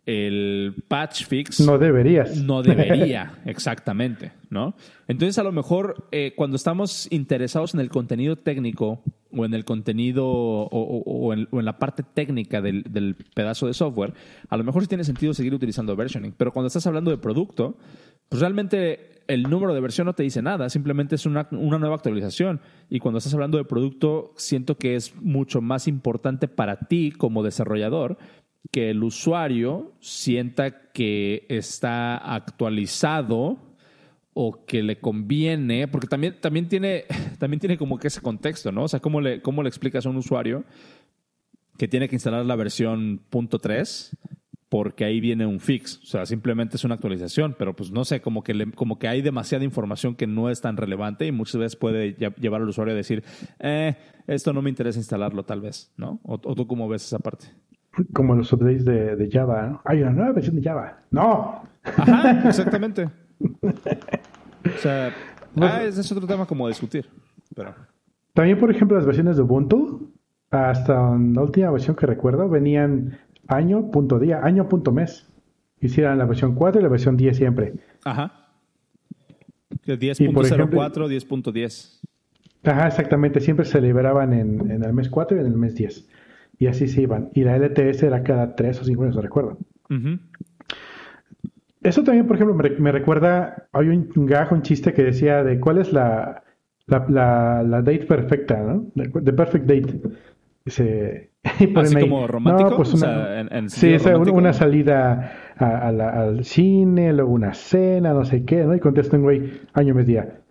el patch fix... No deberías. No debería, exactamente, ¿no? Entonces, a lo mejor, eh, cuando estamos interesados en el contenido técnico o en el contenido o, o, o, en, o en la parte técnica del, del pedazo de software, a lo mejor sí tiene sentido seguir utilizando versioning. Pero cuando estás hablando de producto, pues realmente el número de versión no te dice nada. Simplemente es una, una nueva actualización. Y cuando estás hablando de producto, siento que es mucho más importante para ti como desarrollador que el usuario sienta que está actualizado o que le conviene, porque también, también, tiene, también tiene como que ese contexto, ¿no? O sea, ¿cómo le, cómo le explicas a un usuario que tiene que instalar la versión punto tres porque ahí viene un fix? O sea, simplemente es una actualización, pero pues no sé, como que, le, como que hay demasiada información que no es tan relevante y muchas veces puede llevar al usuario a decir, eh, esto no me interesa instalarlo tal vez, ¿no? ¿O, o tú cómo ves esa parte? Como los updates de, de Java, ¿no? Hay una nueva versión de Java. ¡No! Ajá, exactamente. O sea, pues, ah, ese es otro tema como discutir. Pero... También, por ejemplo, las versiones de Ubuntu, hasta la última versión que recuerdo, venían año, punto día, año, punto mes. Hicieran la versión cuatro y la versión diez siempre. Ajá. diez punto cero cuatro, diez punto diez. Ajá, exactamente. Siempre se liberaban en, en el mes cuatro y en el mes diez. Y así se iban. Y la L T S era cada tres o cinco años, no recuerdo. Uh-huh. Eso también, por ejemplo, me, me recuerda... Hay un, un gajo, un chiste que decía de cuál es la, la, la, la date perfecta, ¿no? The perfect date. Dice, ¿así ahí, como romántico? No, pues una, o sea, en, en sí, esa, una salida a, a la, al cine, luego una cena, no sé qué, ¿no? Y contesta un güey, año, mes, día.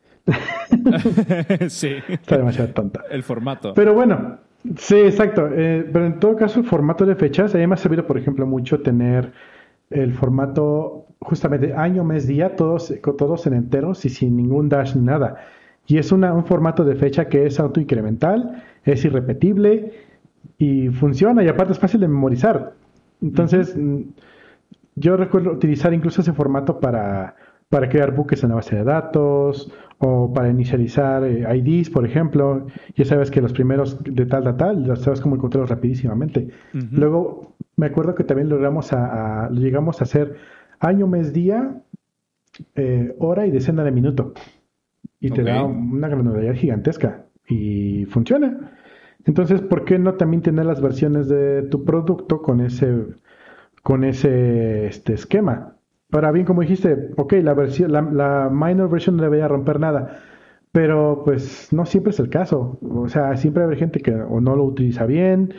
Sí. Está demasiado tonta. El formato. Pero bueno... Sí, exacto. Eh, pero en todo caso, el formato de fechas, a mí me ha servido, por ejemplo, mucho tener el formato justamente año, mes, día, todos, todos en enteros y sin ningún dash ni nada. Y es una, un formato de fecha que es autoincremental, es irrepetible y funciona, y aparte es fácil de memorizar. Entonces, uh-huh. yo recuerdo utilizar incluso ese formato para, para crear buques en la base de datos o para inicializar eh, I Ds, por ejemplo. Ya sabes que los primeros de tal a tal, ya sabes cómo encontrarlos rapidísimamente. Uh-huh. Luego, me acuerdo que también logramos a, a, llegamos a hacer año, mes, día, eh, hora y decena de minuto. Y okay. te da una granularidad gigantesca. Y funciona. Entonces, ¿por qué no también tener las versiones de tu producto con ese, con ese este, esquema? Ahora bien, como dijiste, ok, la versión, la, la minor version no debería romper nada, pero pues no siempre es el caso. O sea, siempre hay gente que o no lo utiliza bien,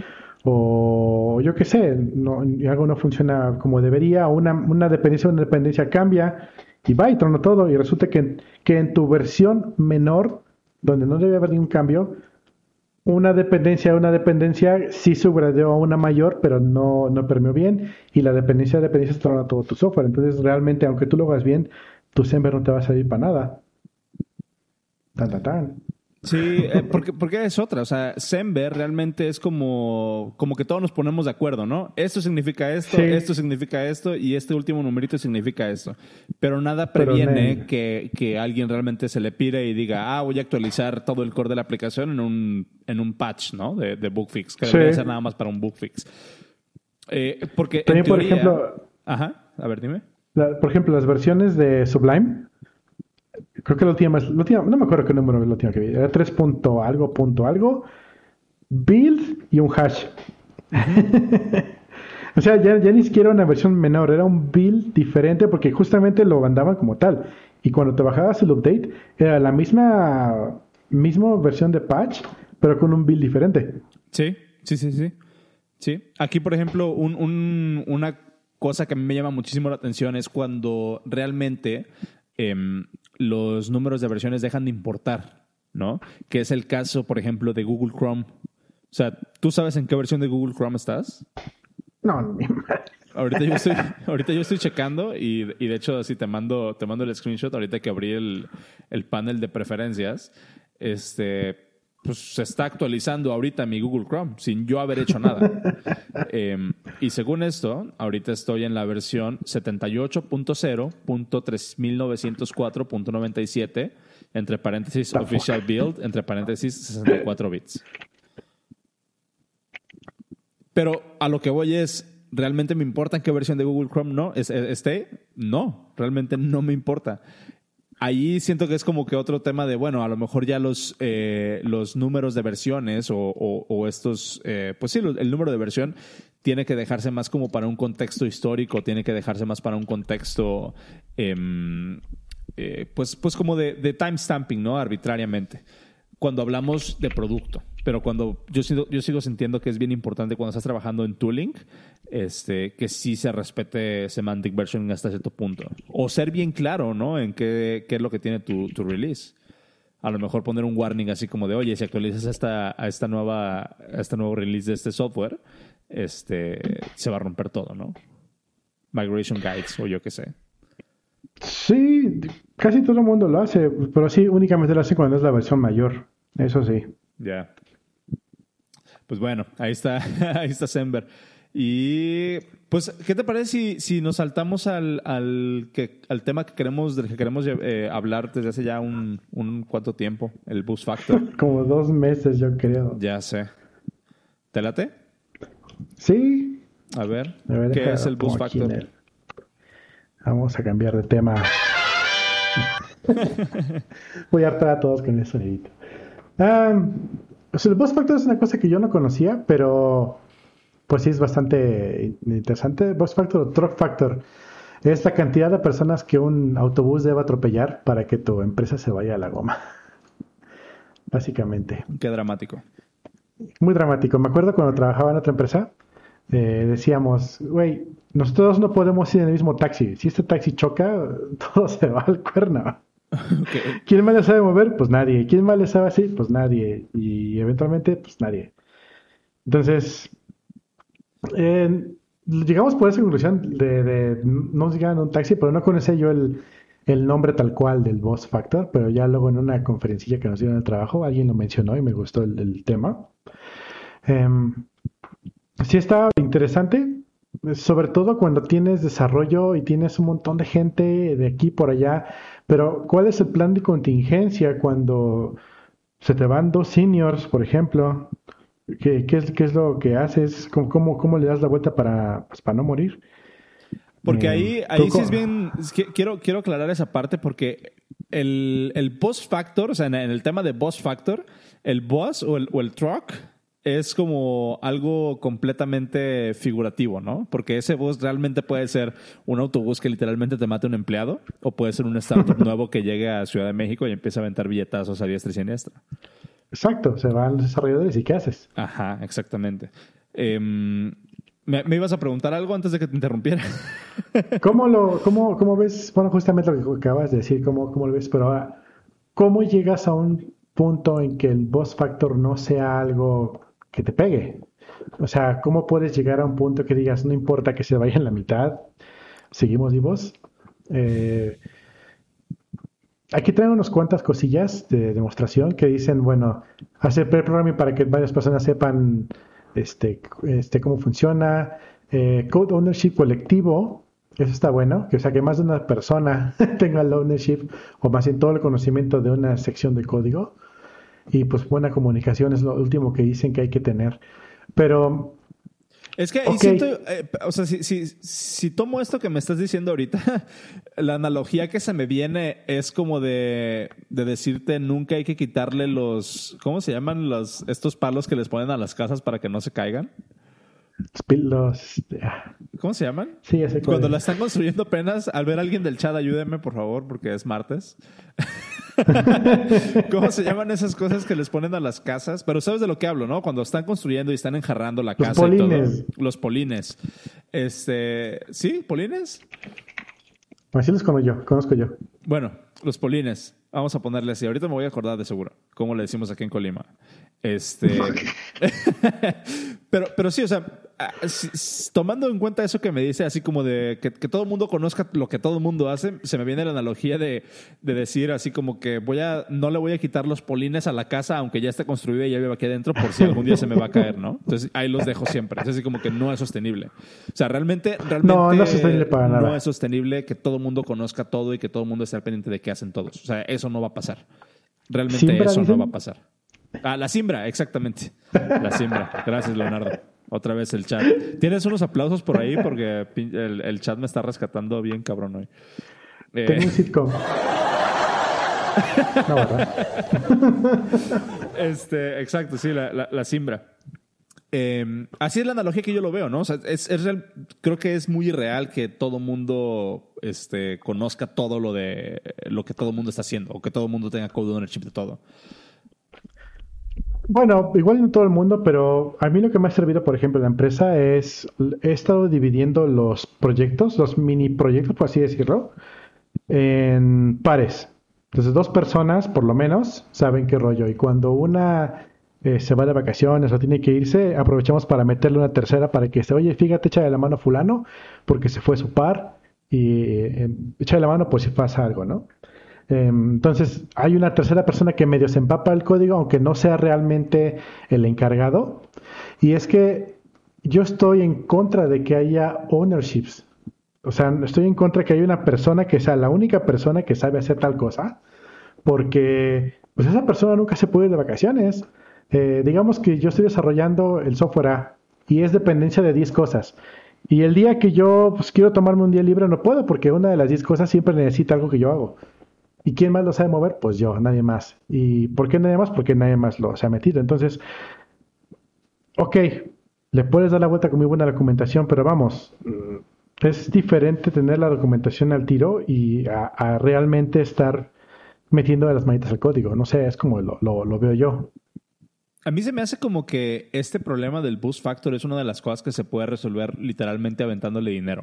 o yo qué sé, no, algo no funciona como debería, o una, una dependencia, una dependencia cambia, y va y trono todo, y resulta que, que en tu versión menor, donde no debe haber ningún cambio, una dependencia, una dependencia sí subgradeó a una mayor, pero no, no permeó bien, y la dependencia de dependencia se torna todo tu software. Entonces, realmente, aunque tú lo hagas bien, tu Semver no te va a servir para nada. Tan, tan, tan. Sí, eh, porque, porque es otra. O sea, Semver realmente es como, como que todos nos ponemos de acuerdo, ¿no? Esto significa esto, Sí. esto significa esto y este último numerito significa esto. Pero nada Pero previene no. que, que alguien realmente se le pire y diga, ah, voy a actualizar todo el core de la aplicación en un, en un patch, ¿no? De, de bug fix, que Sí. debería ser nada más para un bug fix. Eh, porque También, en por teoría... ejemplo, Ajá, a ver, dime. la- por ejemplo, las versiones de Sublime, creo que la última, la última, no me acuerdo qué número es la última que vi, era tres punto algo, punto algo, build y un hash. O sea, ya, ya ni siquiera una versión menor, era un build diferente porque justamente lo mandaban como tal. Y cuando te bajabas el update, era la misma, misma versión de patch, pero con un build diferente. Sí, sí, sí, sí. Sí. Aquí, por ejemplo, un, un- una cosa que a mí me llama muchísimo la atención es cuando realmente em, los números de versiones dejan de importar, ¿no? Que es el caso, por ejemplo, de Google Chrome. O sea, ¿tú sabes en qué versión de Google Chrome estás? No, ni madre. Ahorita yo estoy, ahorita yo estoy checando y, y de hecho así te mando, te mando el screenshot ahorita que abrí el, el panel de preferencias. Este, pues se está actualizando ahorita mi Google Chrome sin yo haber hecho nada. Eh, y según esto, ahorita estoy en la versión setenta y ocho punto cero punto tres mil novecientos cuatro punto noventa y siete, entre paréntesis official build, entre paréntesis sesenta y cuatro bits. Pero a lo que voy es, ¿realmente me importa en qué versión de Google Chrome no es- es- esté? No, realmente no me importa. Ahí siento que es como que otro tema de, bueno, a lo mejor ya los, eh, los números de versiones o, o- o estos, eh, pues sí, el número de versión tiene que dejarse más como para un contexto histórico, tiene que dejarse más para un contexto, em, eh, pues, pues como de, de timestamping, ¿no? Arbitrariamente. Cuando hablamos de producto. Pero cuando yo sigo, yo sigo sintiendo que es bien importante cuando estás trabajando en tooling, este, que sí se respete semantic versioning hasta cierto punto. O ser bien claro, ¿no? En qué, qué es lo que tiene tu, tu release. A lo mejor poner un warning así como de, oye, si actualizas a esta, a esta nueva, a este nuevo release de este software, este, se va a romper todo, ¿no? Migration guides o yo qué sé. Sí, casi todo el mundo lo hace, pero sí, únicamente lo hace cuando es la versión mayor. Eso sí. Ya. Pues bueno, ahí está, ahí está Semver. Y pues, ¿qué te parece si, si nos saltamos al, al, que, al tema que queremos, del que queremos eh, hablar desde hace ya un, un cuánto tiempo? El Boost Factor. Como dos meses, yo creo. Ya sé. ¿Te late? Sí. A ver, A ver, ¿qué deja, es el pongo Boost aquí en Factor? el- Vamos a cambiar de tema. Voy a hartar a todos con ese sonidito. Ah, o sea, el Boost Factor es una cosa que yo no conocía, pero pues sí es bastante interesante. Boost Factor o Truck Factor es la cantidad de personas que un autobús debe atropellar para que tu empresa se vaya a la goma. Básicamente. Qué dramático. Muy dramático. Me acuerdo cuando trabajaba en otra empresa, eh, decíamos, güey, nosotros no podemos ir en el mismo taxi. Si este taxi choca, todo se va al cuerno. Okay. ¿Quién más le sabe mover? Pues nadie. ¿Quién más le sabe así? Pues nadie. Y eventualmente, pues nadie. Entonces, eh, llegamos por esa conclusión de, de no nos llegaban en un taxi, pero no conocía yo el, el nombre tal cual del Boss Factor, pero ya luego en una conferencilla que nos dieron en el trabajo, alguien lo mencionó y me gustó el, el tema. Em, sí está interesante, sobre todo cuando tienes desarrollo y tienes un montón de gente de aquí por allá, pero ¿cuál es el plan de contingencia cuando se te van dos seniors, por ejemplo? ¿Qué, qué es, qué es lo que haces? ¿Cómo, cómo, cómo le das la vuelta para, pues, para no morir? Porque Eh, ahí, ¿tú ahí sí cómo- es bien. Es que quiero, quiero aclarar esa parte porque el, el boss factor, o sea, en, en el tema de boss factor, el boss o el, o el truck es como algo completamente figurativo, ¿no? Porque ese boss realmente puede ser un autobús que literalmente te mate un empleado o puede ser un startup nuevo que llegue a Ciudad de México y empieza a aventar billetazos a diestra y siniestra. Exacto, se van los desarrolladores y ¿qué haces? Ajá, exactamente. Em, ¿me, me ibas a preguntar algo antes de que te interrumpiera? ¿Cómo lo, cómo, cómo ves? Bueno, justamente lo que acabas de decir, ¿cómo, cómo lo ves? Pero ahora, ¿cómo llegas a un punto en que el boss factor no sea algo que te pegue? O sea, ¿cómo puedes llegar a un punto que digas, no importa que se vaya en la mitad, seguimos vivos? Eh, aquí traen unas cuantas cosillas de demostración que dicen, bueno, hacer pair programming para que varias personas sepan este, este, cómo funciona, eh, code ownership colectivo, eso está bueno, que o sea que más de una persona tenga el ownership o más bien todo el conocimiento de una sección de código y pues buena comunicación es lo último que dicen que hay que tener. Pero Es que ahí ok, siento, eh, o sea, si, si, si tomo esto que me estás diciendo ahorita, la analogía que se me viene es como de, de decirte nunca hay que quitarle los, ¿cómo se llaman los estos palos que les ponen a las casas para que no se caigan? los, ah, ¿Cómo se llaman? sí, ya sé cuál Cuando la es. están construyendo apenas, al ver a alguien del chat, ayúdenme, por favor, porque es martes. ¿Cómo se llaman esas cosas que les ponen a las casas? Pero sabes de lo que hablo, ¿no? Cuando están construyendo y están enjarrando la Los casa y todo. polines. Los polines. Este, ¿sí? ¿Polines? Así los conozco yo, conozco yo. Bueno, los polines. Vamos a ponerle así. Ahorita me voy a acordar de seguro. Como le decimos aquí en Colima. Este. pero, pero sí, o sea, ah, si- si- tomando en cuenta eso que me dice, así como de que, que todo el mundo conozca lo que todo el mundo hace, se me viene la analogía de, de decir así como que voy a, no le voy a quitar los polines a la casa, aunque ya esté construida y ya viva aquí adentro, por si algún día se me va a caer, ¿no? Entonces ahí los dejo siempre. Es así como que no es sostenible. O sea, realmente, realmente No, no es sostenible para no nada. es sostenible que todo el mundo conozca todo y que todo el mundo esté al pendiente de qué hacen todos. O sea, eso no va a pasar. Realmente ¿Simbra, eso no dicen? va a pasar. Ah, la siembra, exactamente. La siembra. Gracias, Leonardo. Otra vez el chat. ¿Tienes unos aplausos por ahí? Porque pin- el, el chat me está rescatando bien cabrón hoy. Eh, Tengo un sitcom. No, ¿verdad? este, exacto, sí, la, la, la siembra. Eh, así es la analogía que yo lo veo, ¿no? O sea, es, es real- creo que es muy irreal que todo mundo este, conozca todo lo de lo que todo mundo está haciendo o que todo mundo tenga code ownership de todo. Bueno, igual en todo el mundo, pero a mí lo que me ha servido, por ejemplo, en la empresa es, he estado dividiendo los proyectos, los mini proyectos, por así decirlo, en pares. Entonces, dos personas, por lo menos, saben qué rollo. Y cuando una eh, se va de vacaciones o tiene que irse, aprovechamos para meterle una tercera para que se, oye, fíjate, échale la mano a fulano, porque se fue su par, y eh, échale la mano por si pasa algo, ¿no? Eh, entonces, hay una tercera persona que medio se empapa el código, aunque no sea realmente el encargado. Y es que yo estoy en contra de que haya ownerships. O sea, estoy en contra de que haya una persona que sea la única persona que sabe hacer tal cosa, porque pues esa persona nunca se puede ir de vacaciones. Eh, digamos que yo estoy desarrollando el software A y es dependencia de diez cosas. Y el día que yo pues, quiero tomarme un día libre no puedo porque una de las diez cosas siempre necesita algo que yo hago. ¿Y quién más lo sabe mover? Pues yo, nadie más. ¿Y por qué nadie más? Porque nadie más lo se ha metido. Entonces, ok, le puedes dar la vuelta con muy buena documentación, pero vamos, mm, es diferente tener la documentación al tiro y a, a realmente estar metiendo las manitas al código. No sé, es como lo, lo, lo veo yo. A mí se me hace como que este problema del boost factor es una de las cosas que se puede resolver literalmente aventándole dinero.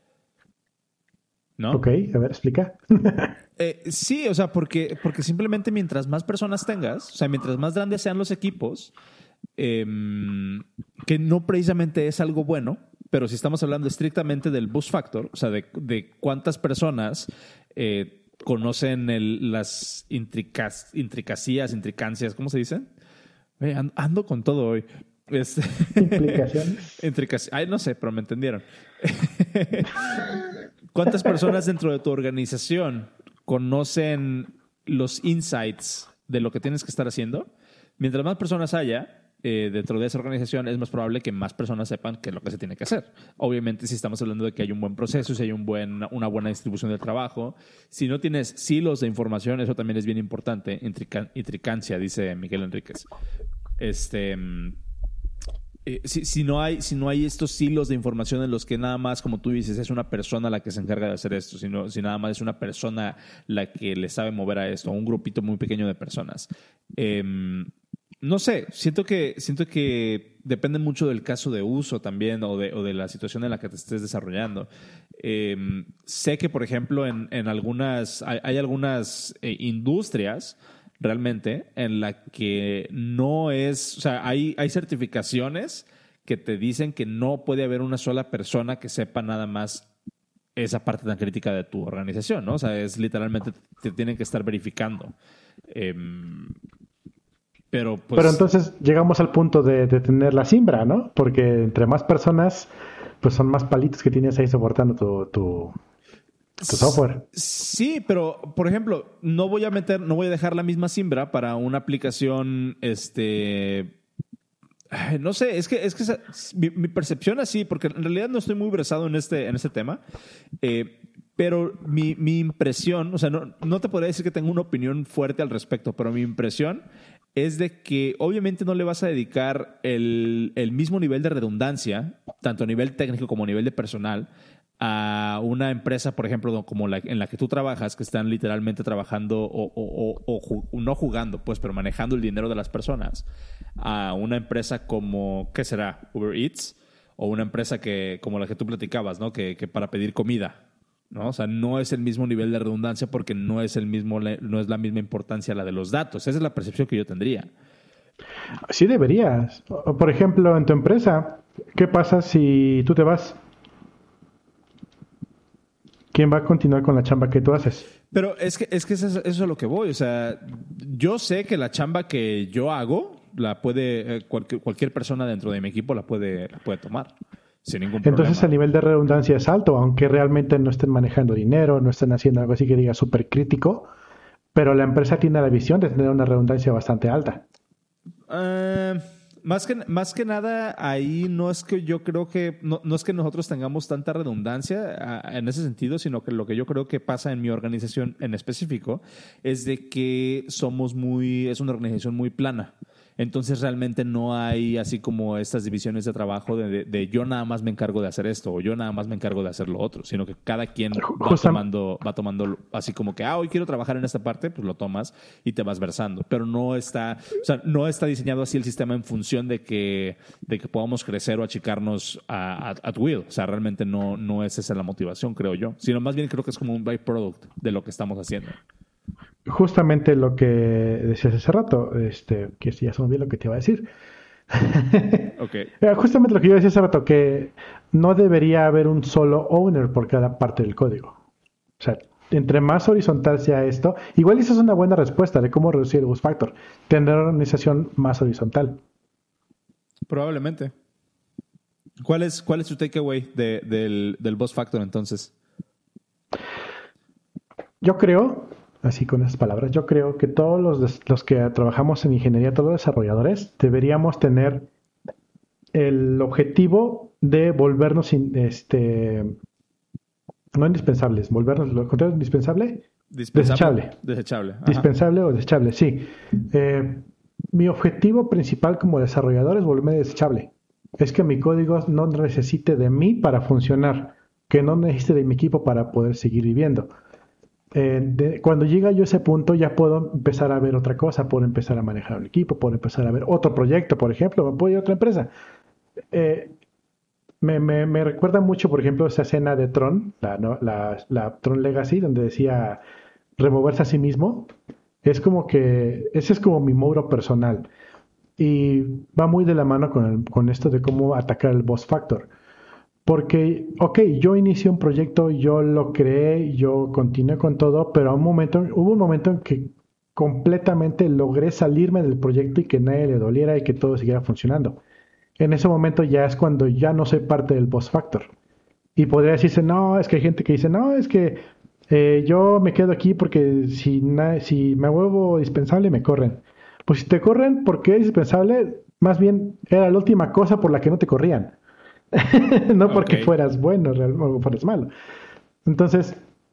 ¿No? Ok, a ver, explica. Eh, sí, o sea, porque, porque simplemente mientras más personas tengas, o sea, mientras más grandes sean los equipos, eh, que no precisamente es algo bueno, pero si estamos hablando estrictamente del boost factor, o sea, de, de cuántas personas eh, conocen el, las intricas, intricacías, intricancias, ¿cómo se dicen? Eh, ando, ando con todo hoy. Este, Implicaciones. intricac- Ay, no sé, pero me entendieron. ¿Cuántas personas dentro de tu organización conocen los insights de lo que tienes que estar haciendo? Mientras más personas haya eh, dentro de esa organización, es más probable que más personas sepan qué es lo que se tiene que hacer. Obviamente, si estamos hablando de que hay un buen proceso, si hay un buen, una buena distribución del trabajo. Si no tienes silos de información, eso también es bien importante. Intrica- intricancia, dice Miguel Enríquez. Este... Eh, si, si, no hay, si no hay estos hilos de información en los que nada más, como tú dices, es una persona la que se encarga de hacer esto, sino, si nada más es una persona la que le sabe mover a esto, un grupito muy pequeño de personas. Eh, no sé, siento que, siento que depende mucho del caso de uso también o de, o de la situación en la que te estés desarrollando. Eh, sé que, por ejemplo, en, en algunas, hay, hay algunas eh, industrias realmente en la que no es, o sea, hay, hay certificaciones que te dicen que no puede haber una sola persona que sepa nada más esa parte tan crítica de tu organización, ¿no? O sea, es literalmente te tienen que estar verificando. Eh, pero pues... Pero entonces llegamos al punto de, de tener la siembra, ¿no? Porque entre más personas, pues son más palitos que tienes ahí soportando tu, tu, tu software. Sí, pero por ejemplo, no voy a meter, no voy a dejar la misma siembra para una aplicación, este... No sé, es que, es que esa, mi, mi percepción así, porque en realidad no estoy muy versado en este, en este tema, eh, pero mi, mi impresión, o sea, no, no te podría decir que tengo una opinión fuerte al respecto, pero mi impresión es de que obviamente no le vas a dedicar el, el mismo nivel de redundancia, tanto a nivel técnico como a nivel de personal, a una empresa, por ejemplo, como la en la que tú trabajas, que están literalmente trabajando o, o, o, o ju- no jugando, pues, pero manejando el dinero de las personas, a una empresa como, ¿qué será? Uber Eats, o una empresa que como la que tú platicabas, ¿no? Que, que para pedir comida, ¿no? O sea, no es el mismo nivel de redundancia porque no es el mismo, no es la misma importancia la de los datos. Esa es la percepción que yo tendría. Sí deberías. O, por ejemplo, en tu empresa, ¿qué pasa si tú te vas? ¿Quién va a continuar con la chamba que tú haces? Pero es que, es que eso, es- eso es a lo que voy. O sea, yo sé que la chamba que yo hago la puede, eh, cualquier, cualquier persona dentro de mi equipo la puede, la puede tomar sin ningún Entonces problema. el nivel de redundancia es alto, aunque realmente no estén manejando dinero, no estén haciendo algo así que diga súper crítico, pero la empresa tiene la visión de tener una redundancia bastante alta. Eh, más que, más que nada, ahí no es que yo creo que, no, no es que nosotros tengamos tanta redundancia ah, en ese sentido, sino que lo que yo creo que pasa en mi organización en específico es de que somos muy, es una organización muy plana. Entonces realmente no hay así como estas divisiones de trabajo de, de, de yo nada más me encargo de hacer esto o yo nada más me encargo de hacer lo otro, sino que cada quien va Justam- tomando, va tomando así como que, ah, hoy quiero trabajar en esta parte, pues lo tomas y te vas versando. Pero no está, o sea, no está diseñado así el sistema en función de que, de que podamos crecer o achicarnos a, a, at will. O sea, realmente no, no es esa la motivación, creo yo. Sino más bien creo que es como un byproduct de lo que estamos haciendo. Justamente lo que decías hace rato, este, que ya se me olvidó lo que te iba a decir. Ok. Era justamente lo que yo decía hace rato, que no debería haber un solo owner por cada parte del código. O sea, entre más horizontal sea esto, igual esa es una buena respuesta de cómo reducir el bus factor, tener una organización más horizontal. Probablemente. ¿Cuál es, cuál es tu takeaway de, del, del boss factor entonces? Yo creo, así con esas palabras, yo creo que todos los, des- los que trabajamos en ingeniería, todos los desarrolladores, deberíamos tener el objetivo de volvernos in- este, no indispensables, volvernos lo contrario de indispensable, desechable. Desechable. Ajá. Dispensable o desechable, sí. Eh, mi objetivo principal como desarrollador es volverme desechable. Es que mi código no necesite de mí para funcionar, que no necesite de mi equipo para poder seguir viviendo. Eh, de- cuando llega yo a ese punto ya puedo empezar a ver otra cosa, puedo empezar a manejar el equipo, puedo empezar a ver otro proyecto, por ejemplo, me puedo ir a otra empresa. Eh, me, me- me recuerda mucho, por ejemplo, esa escena de Tron, la, no- la, la Tron Legacy, donde decía removerse a sí mismo. Es como que ese es como mi muro personal y va muy de la mano con, el- con esto de cómo atacar el boss factor. Porque, ok, yo inicié un proyecto, yo lo creé, yo continué con todo, pero a un momento, hubo un momento en que completamente logré salirme del proyecto y que nadie le doliera y que todo siguiera funcionando. En ese momento ya es cuando ya no soy parte del boss factor. Y podría decirse, no, es que hay gente que dice, no, es que eh, yo me quedo aquí porque si, na- si me vuelvo dispensable me corren. Pues si te corren porque es dispensable, más bien era la última cosa por la que no te corrían. No porque Ok. fueras bueno real- o fueras malo. Entonces,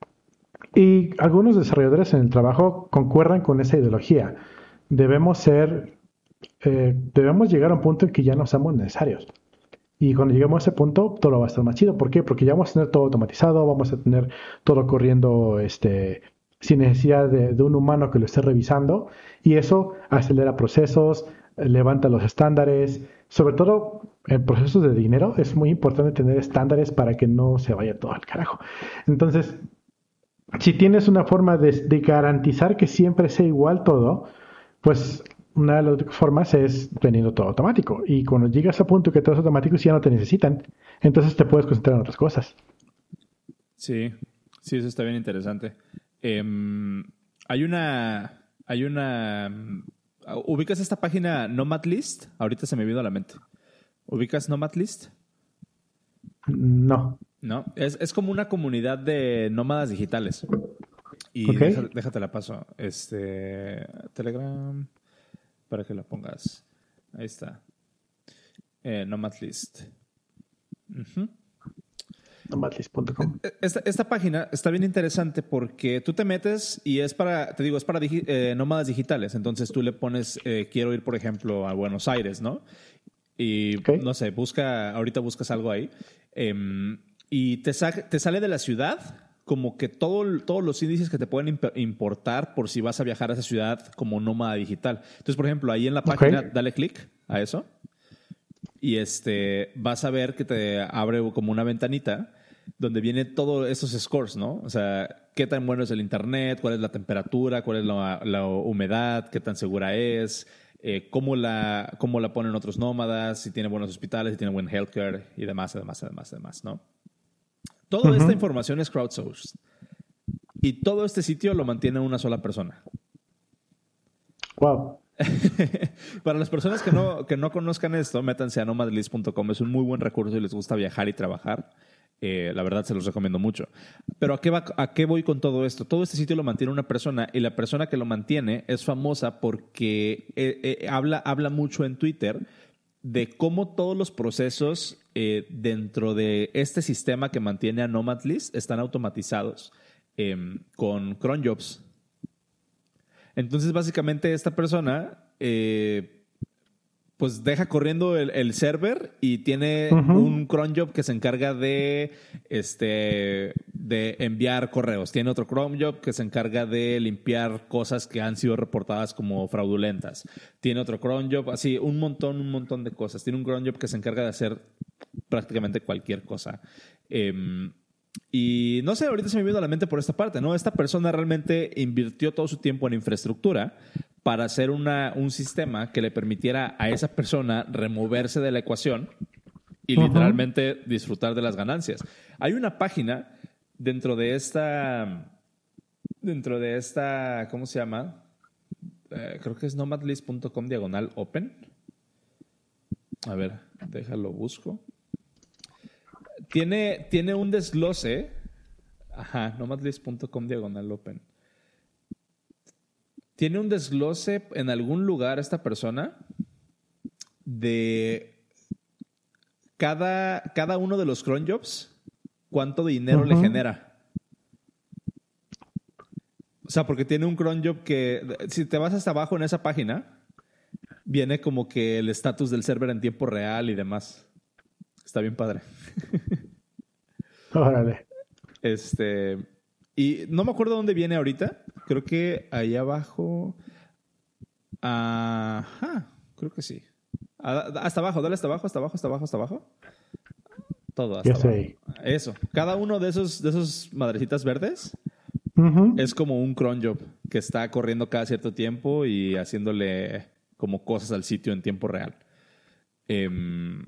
y algunos desarrolladores en el trabajo concuerdan con esa ideología. Debemos ser, eh, debemos llegar a un punto en que ya no seamos necesarios. Y cuando lleguemos a ese punto, todo va a estar más chido. ¿Por qué? Porque ya vamos a tener todo automatizado, vamos a tener todo corriendo este, sin necesidad de, de un humano que lo esté revisando. Y eso acelera procesos, eh, levanta los estándares. Sobre todo en procesos de dinero es muy importante tener estándares para que no se vaya todo al carajo. Entonces, si tienes una forma de, de garantizar que siempre sea igual todo, pues una de las formas es teniendo todo automático. Y cuando llegas a punto que todo es automático, ya no te necesitan. Entonces te puedes concentrar en otras cosas. Sí, sí, eso está bien interesante. Eh, hay una, hay una, ¿ubicas esta página Nomad List? Ahorita se me vino a la mente. ¿Ubicas Nomad List? No. No, es, es como una comunidad de nómadas digitales. Y Ok. deja- déjate la paso. Este, Telegram, para que la pongas. Ahí está. Eh, Nomad List. Ujú. nomadlist punto com. Esta, esta página está bien interesante porque tú te metes y es para, te digo, es para digi- eh, nómadas digitales. Entonces tú le pones, eh, quiero ir, por ejemplo, a Buenos Aires, ¿no? Y Ok. no sé, busca, ahorita buscas algo ahí. em, y te, sa- te sale de la ciudad como que todo, todos los índices que te pueden imp- importar por si vas a viajar a esa ciudad como nómada digital. Entonces, por ejemplo, ahí en la página, Ok. dale clic a eso. Y este, vas a ver que te abre como una ventanita donde viene todos esos scores, ¿no? O sea, qué tan bueno es el internet, cuál es la temperatura, cuál es la, la humedad, qué tan segura es, eh, cómo, la, cómo la ponen otros nómadas, si tiene buenos hospitales, si tiene buen healthcare y demás, además, además, además, ¿no? Toda Ujú. esta información es crowdsourced. Y todo este sitio lo mantiene una sola persona. Wow. Para las personas que no, que no conozcan esto, métanse a nomadlist punto com. Es un muy buen recurso y les gusta viajar y trabajar. Eh, la verdad se los recomiendo mucho. Pero ¿a qué, va, ¿a qué voy con todo esto? Todo este sitio lo mantiene una persona y la persona que lo mantiene es famosa porque eh, eh, habla, habla mucho en Twitter de cómo todos los procesos eh, dentro de este sistema que mantiene a Nomadlist están automatizados eh, con cron jobs. Entonces, básicamente, esta persona eh, pues deja corriendo el, el server y tiene Ujú. un cron job que se encarga de, este, de enviar correos. Tiene otro cron job que se encarga de limpiar cosas que han sido reportadas como fraudulentas. Tiene otro cron job, así, un montón, un montón de cosas. Tiene un cron job que se encarga de hacer prácticamente cualquier cosa. Eh, Y no sé, ahorita se me vino a la mente por esta parte, ¿no? Esta persona realmente invirtió todo su tiempo en infraestructura para hacer una, un sistema que le permitiera a esa persona removerse de la ecuación y Ujú. literalmente disfrutar de las ganancias. Hay una página dentro de esta, dentro de esta, ¿cómo se llama? Eh, creo que es nomadlist punto com diagonal open. A ver, déjalo busco. Tiene, tiene un desglose. Ajá, nomadlist punto com diagonal open. Tiene un desglose en algún lugar esta persona de cada, cada uno de los cron jobs, cuánto dinero le Ujú. genera. O sea, porque tiene un cron job que, si te vas hasta abajo en esa página, viene como que el estatus del server en tiempo real y demás. Está bien padre. Órale. Este, y no me acuerdo dónde viene ahorita. Creo que ahí abajo. Ajá, creo que sí. A- Hasta abajo, dale hasta abajo, hasta abajo, hasta abajo, hasta abajo. Todo hasta Ya abajo. sé. Eso. Cada uno de esos, de esos madrecitas verdes Ujú. es como un cron job que está corriendo cada cierto tiempo y haciéndole como cosas al sitio en tiempo real. Em,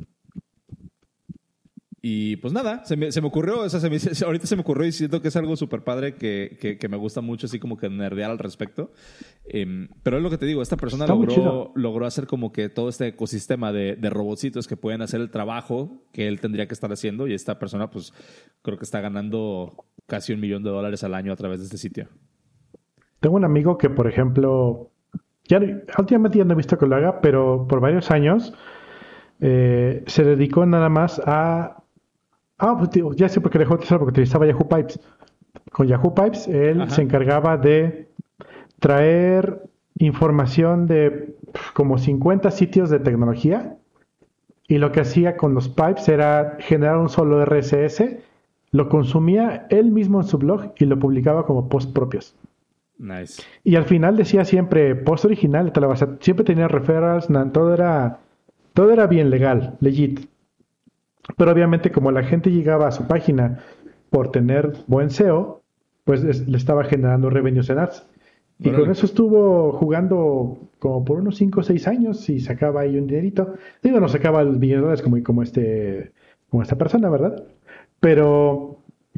Y pues nada, se me, se me ocurrió, o sea, se me- se- ahorita se me ocurrió y siento que es algo súper padre que, que, que me gusta mucho, así como que nerdear al respecto. Em, pero es lo que te digo, esta persona Está muy logró, chido. logró hacer como que todo este ecosistema de, de robotcitos que pueden hacer el trabajo que él tendría que estar haciendo y esta persona pues creo que está ganando casi un millón de dólares al año a través de este sitio. Tengo un amigo que, por ejemplo, ya últimamente ya no he visto que lo haga, pero por varios años eh, se dedicó nada más a... Ah, pues tío, ya sé por qué dejó de usar, porque utilizaba Yahoo Pipes. Con Yahoo Pipes él Ajá. se encargaba de traer información de pf, como cincuenta sitios de tecnología y lo que hacía con los pipes era generar un solo R S S, lo consumía él mismo en su blog y lo publicaba como post propios. Nice. Y al final decía siempre post original, te la vas a- siempre tenía referrals, na- todo era, todo era bien legal, legit. Pero obviamente como la gente llegaba a su página por tener buen S E O, pues es- le estaba generando revenues en ads. Y con Órale. eso estuvo jugando como por unos cinco o seis años y sacaba ahí un dinerito. Digo, no sacaba el billón de dólares como, como, este, como esta persona, ¿verdad? Pero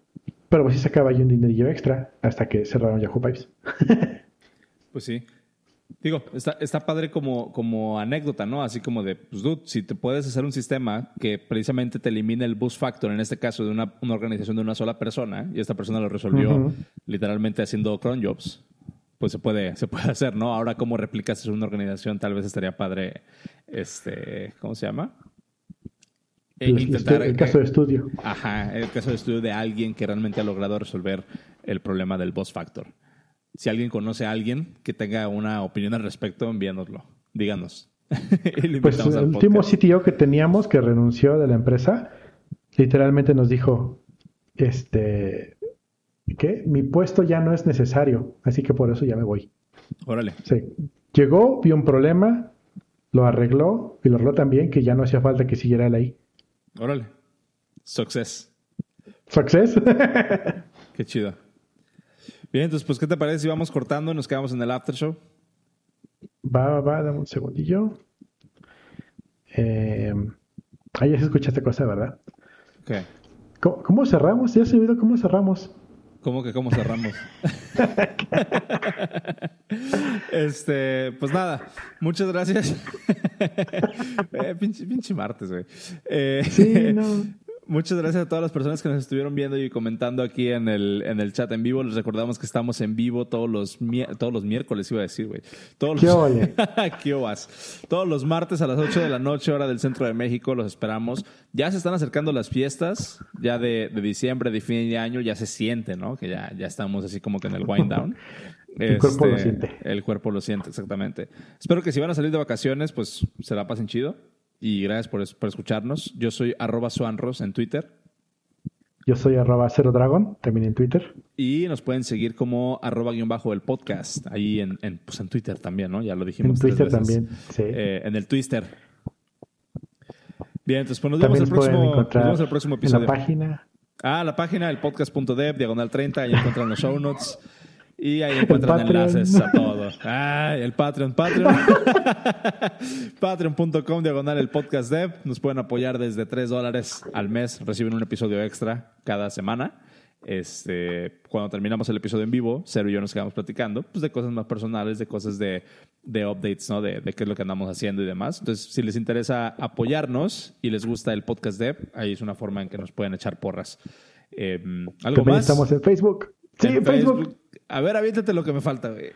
Pero pues sí sacaba yo un dinerillo extra hasta que cerraron Yahoo Pipes. Pues sí. Digo, está, está padre como, como anécdota, ¿no? Así como de, pues, dude, si te puedes hacer un sistema que precisamente te elimine el boost factor, en este caso de una, una organización de una sola persona, y esta persona lo resolvió Uh-huh. literalmente haciendo cron jobs, pues se puede, se puede hacer, ¿no? Ahora, ¿cómo replicas eso en una organización? Tal vez estaría padre, este, ¿cómo se llama? E El, intentar, el caso eh, de estudio. Ajá, el caso de estudio de alguien que realmente ha logrado resolver el problema del boss factor. Si alguien conoce a alguien que tenga una opinión al respecto, envíanoslo. Díganos. Y lo Pues invitamos el al último podcast. C T O que teníamos que renunció de la empresa, literalmente nos dijo, este, ¿qué? Mi puesto ya no es necesario, así que por eso ya me voy. Órale. Sí. Llegó, vio un problema, lo arregló y lo arregló tan bien que ya no hacía falta que siguiera él ahí. Órale. Success. Success. Qué chido. Bien, entonces, pues, ¿qué te parece si vamos cortando y nos quedamos en el after show? Va, va, va, dame un segundillo. Eh, ah, ya se escucha esta cosa, ¿verdad? Ok. ¿Cómo, cómo cerramos? ¿Ya se olvidó cómo cerramos? ¿Cómo que cómo cerramos? este, pues nada, muchas gracias. eh, pinche, pinche martes, güey. Eh, Sí, no. Muchas gracias a todas las personas que nos estuvieron viendo y comentando aquí en el, en el chat en vivo. Les recordamos que estamos en vivo todos los, mi- todos los miércoles, iba a decir, güey. Todos ¿Qué los... ole? ¿Qué ovas? Todos los martes a las ocho de la noche, hora del centro de México, los esperamos. Ya se están acercando las fiestas, ya de, de diciembre, de fin de año, ya se siente, ¿no? Que ya, ya estamos así como que en el wind down. El cuerpo lo siente. El cuerpo lo siente, exactamente. Espero que si van a salir de vacaciones, pues se la pasen chido. Y gracias por, por escucharnos. Yo soy arroba suanros en Twitter. Yo soy arroba cero dragon, también en Twitter. Y nos pueden seguir como arroba guión bajo el podcast. Ahí en, en, pues en Twitter también, ¿no? Ya lo En dijimos tres Twitter veces. también, sí. Eh, en el Twister. Bien, entonces pues nos También vemos, el nos pueden próximo, nos encontrar vemos el próximo en la episodio. página. Ah, la página, el podcast.dev, diagonal treinta. Ahí encuentran los show notes. Y ahí encuentran Patreon. enlaces a todo. Ay, el Patreon, Patreon. Patreon.com, diagonal el podcast dev. Nos pueden apoyar desde tres dólares al mes. Reciben un episodio extra cada semana. Este, cuando terminamos el episodio en vivo, Cero y yo nos quedamos platicando pues, de cosas más personales, de cosas de, de updates, ¿no? De, de qué es lo que andamos haciendo y demás. Entonces, si les interesa apoyarnos y les gusta el podcast dev, ahí es una forma en que nos pueden echar porras. Eh, ¿Algo También más? estamos en Facebook. Sí, en Facebook. A ver, aviéntate lo que me falta, güey.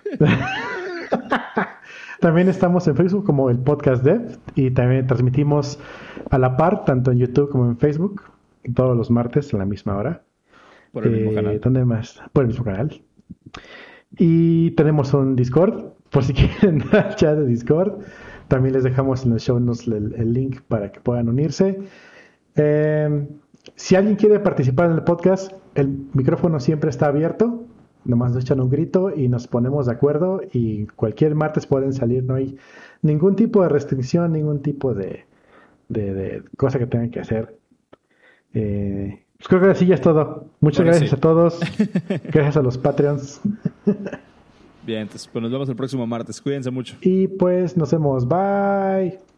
También estamos en Facebook como el Podcast Dev y también transmitimos a la par, tanto en YouTube como en Facebook, todos los martes a la misma hora. Por el mismo Eh, canal. ¿Dónde más? Por el mismo canal. Y tenemos un Discord, por si quieren entrar al chat de Discord. También les dejamos en los show notes el, el link para que puedan unirse. Eh, si alguien quiere participar en el podcast, el micrófono siempre está abierto. Nomás nos echan un grito y nos ponemos de acuerdo y cualquier martes pueden salir. No hay ningún tipo de restricción, ningún tipo de, de, de cosa que tengan que hacer. Eh, pues creo que así ya es todo. Muchas Ahora gracias sí. a todos. Gracias a los Patreons. Bien, entonces pues nos vemos el próximo martes. Cuídense mucho. Y pues nos vemos. Bye.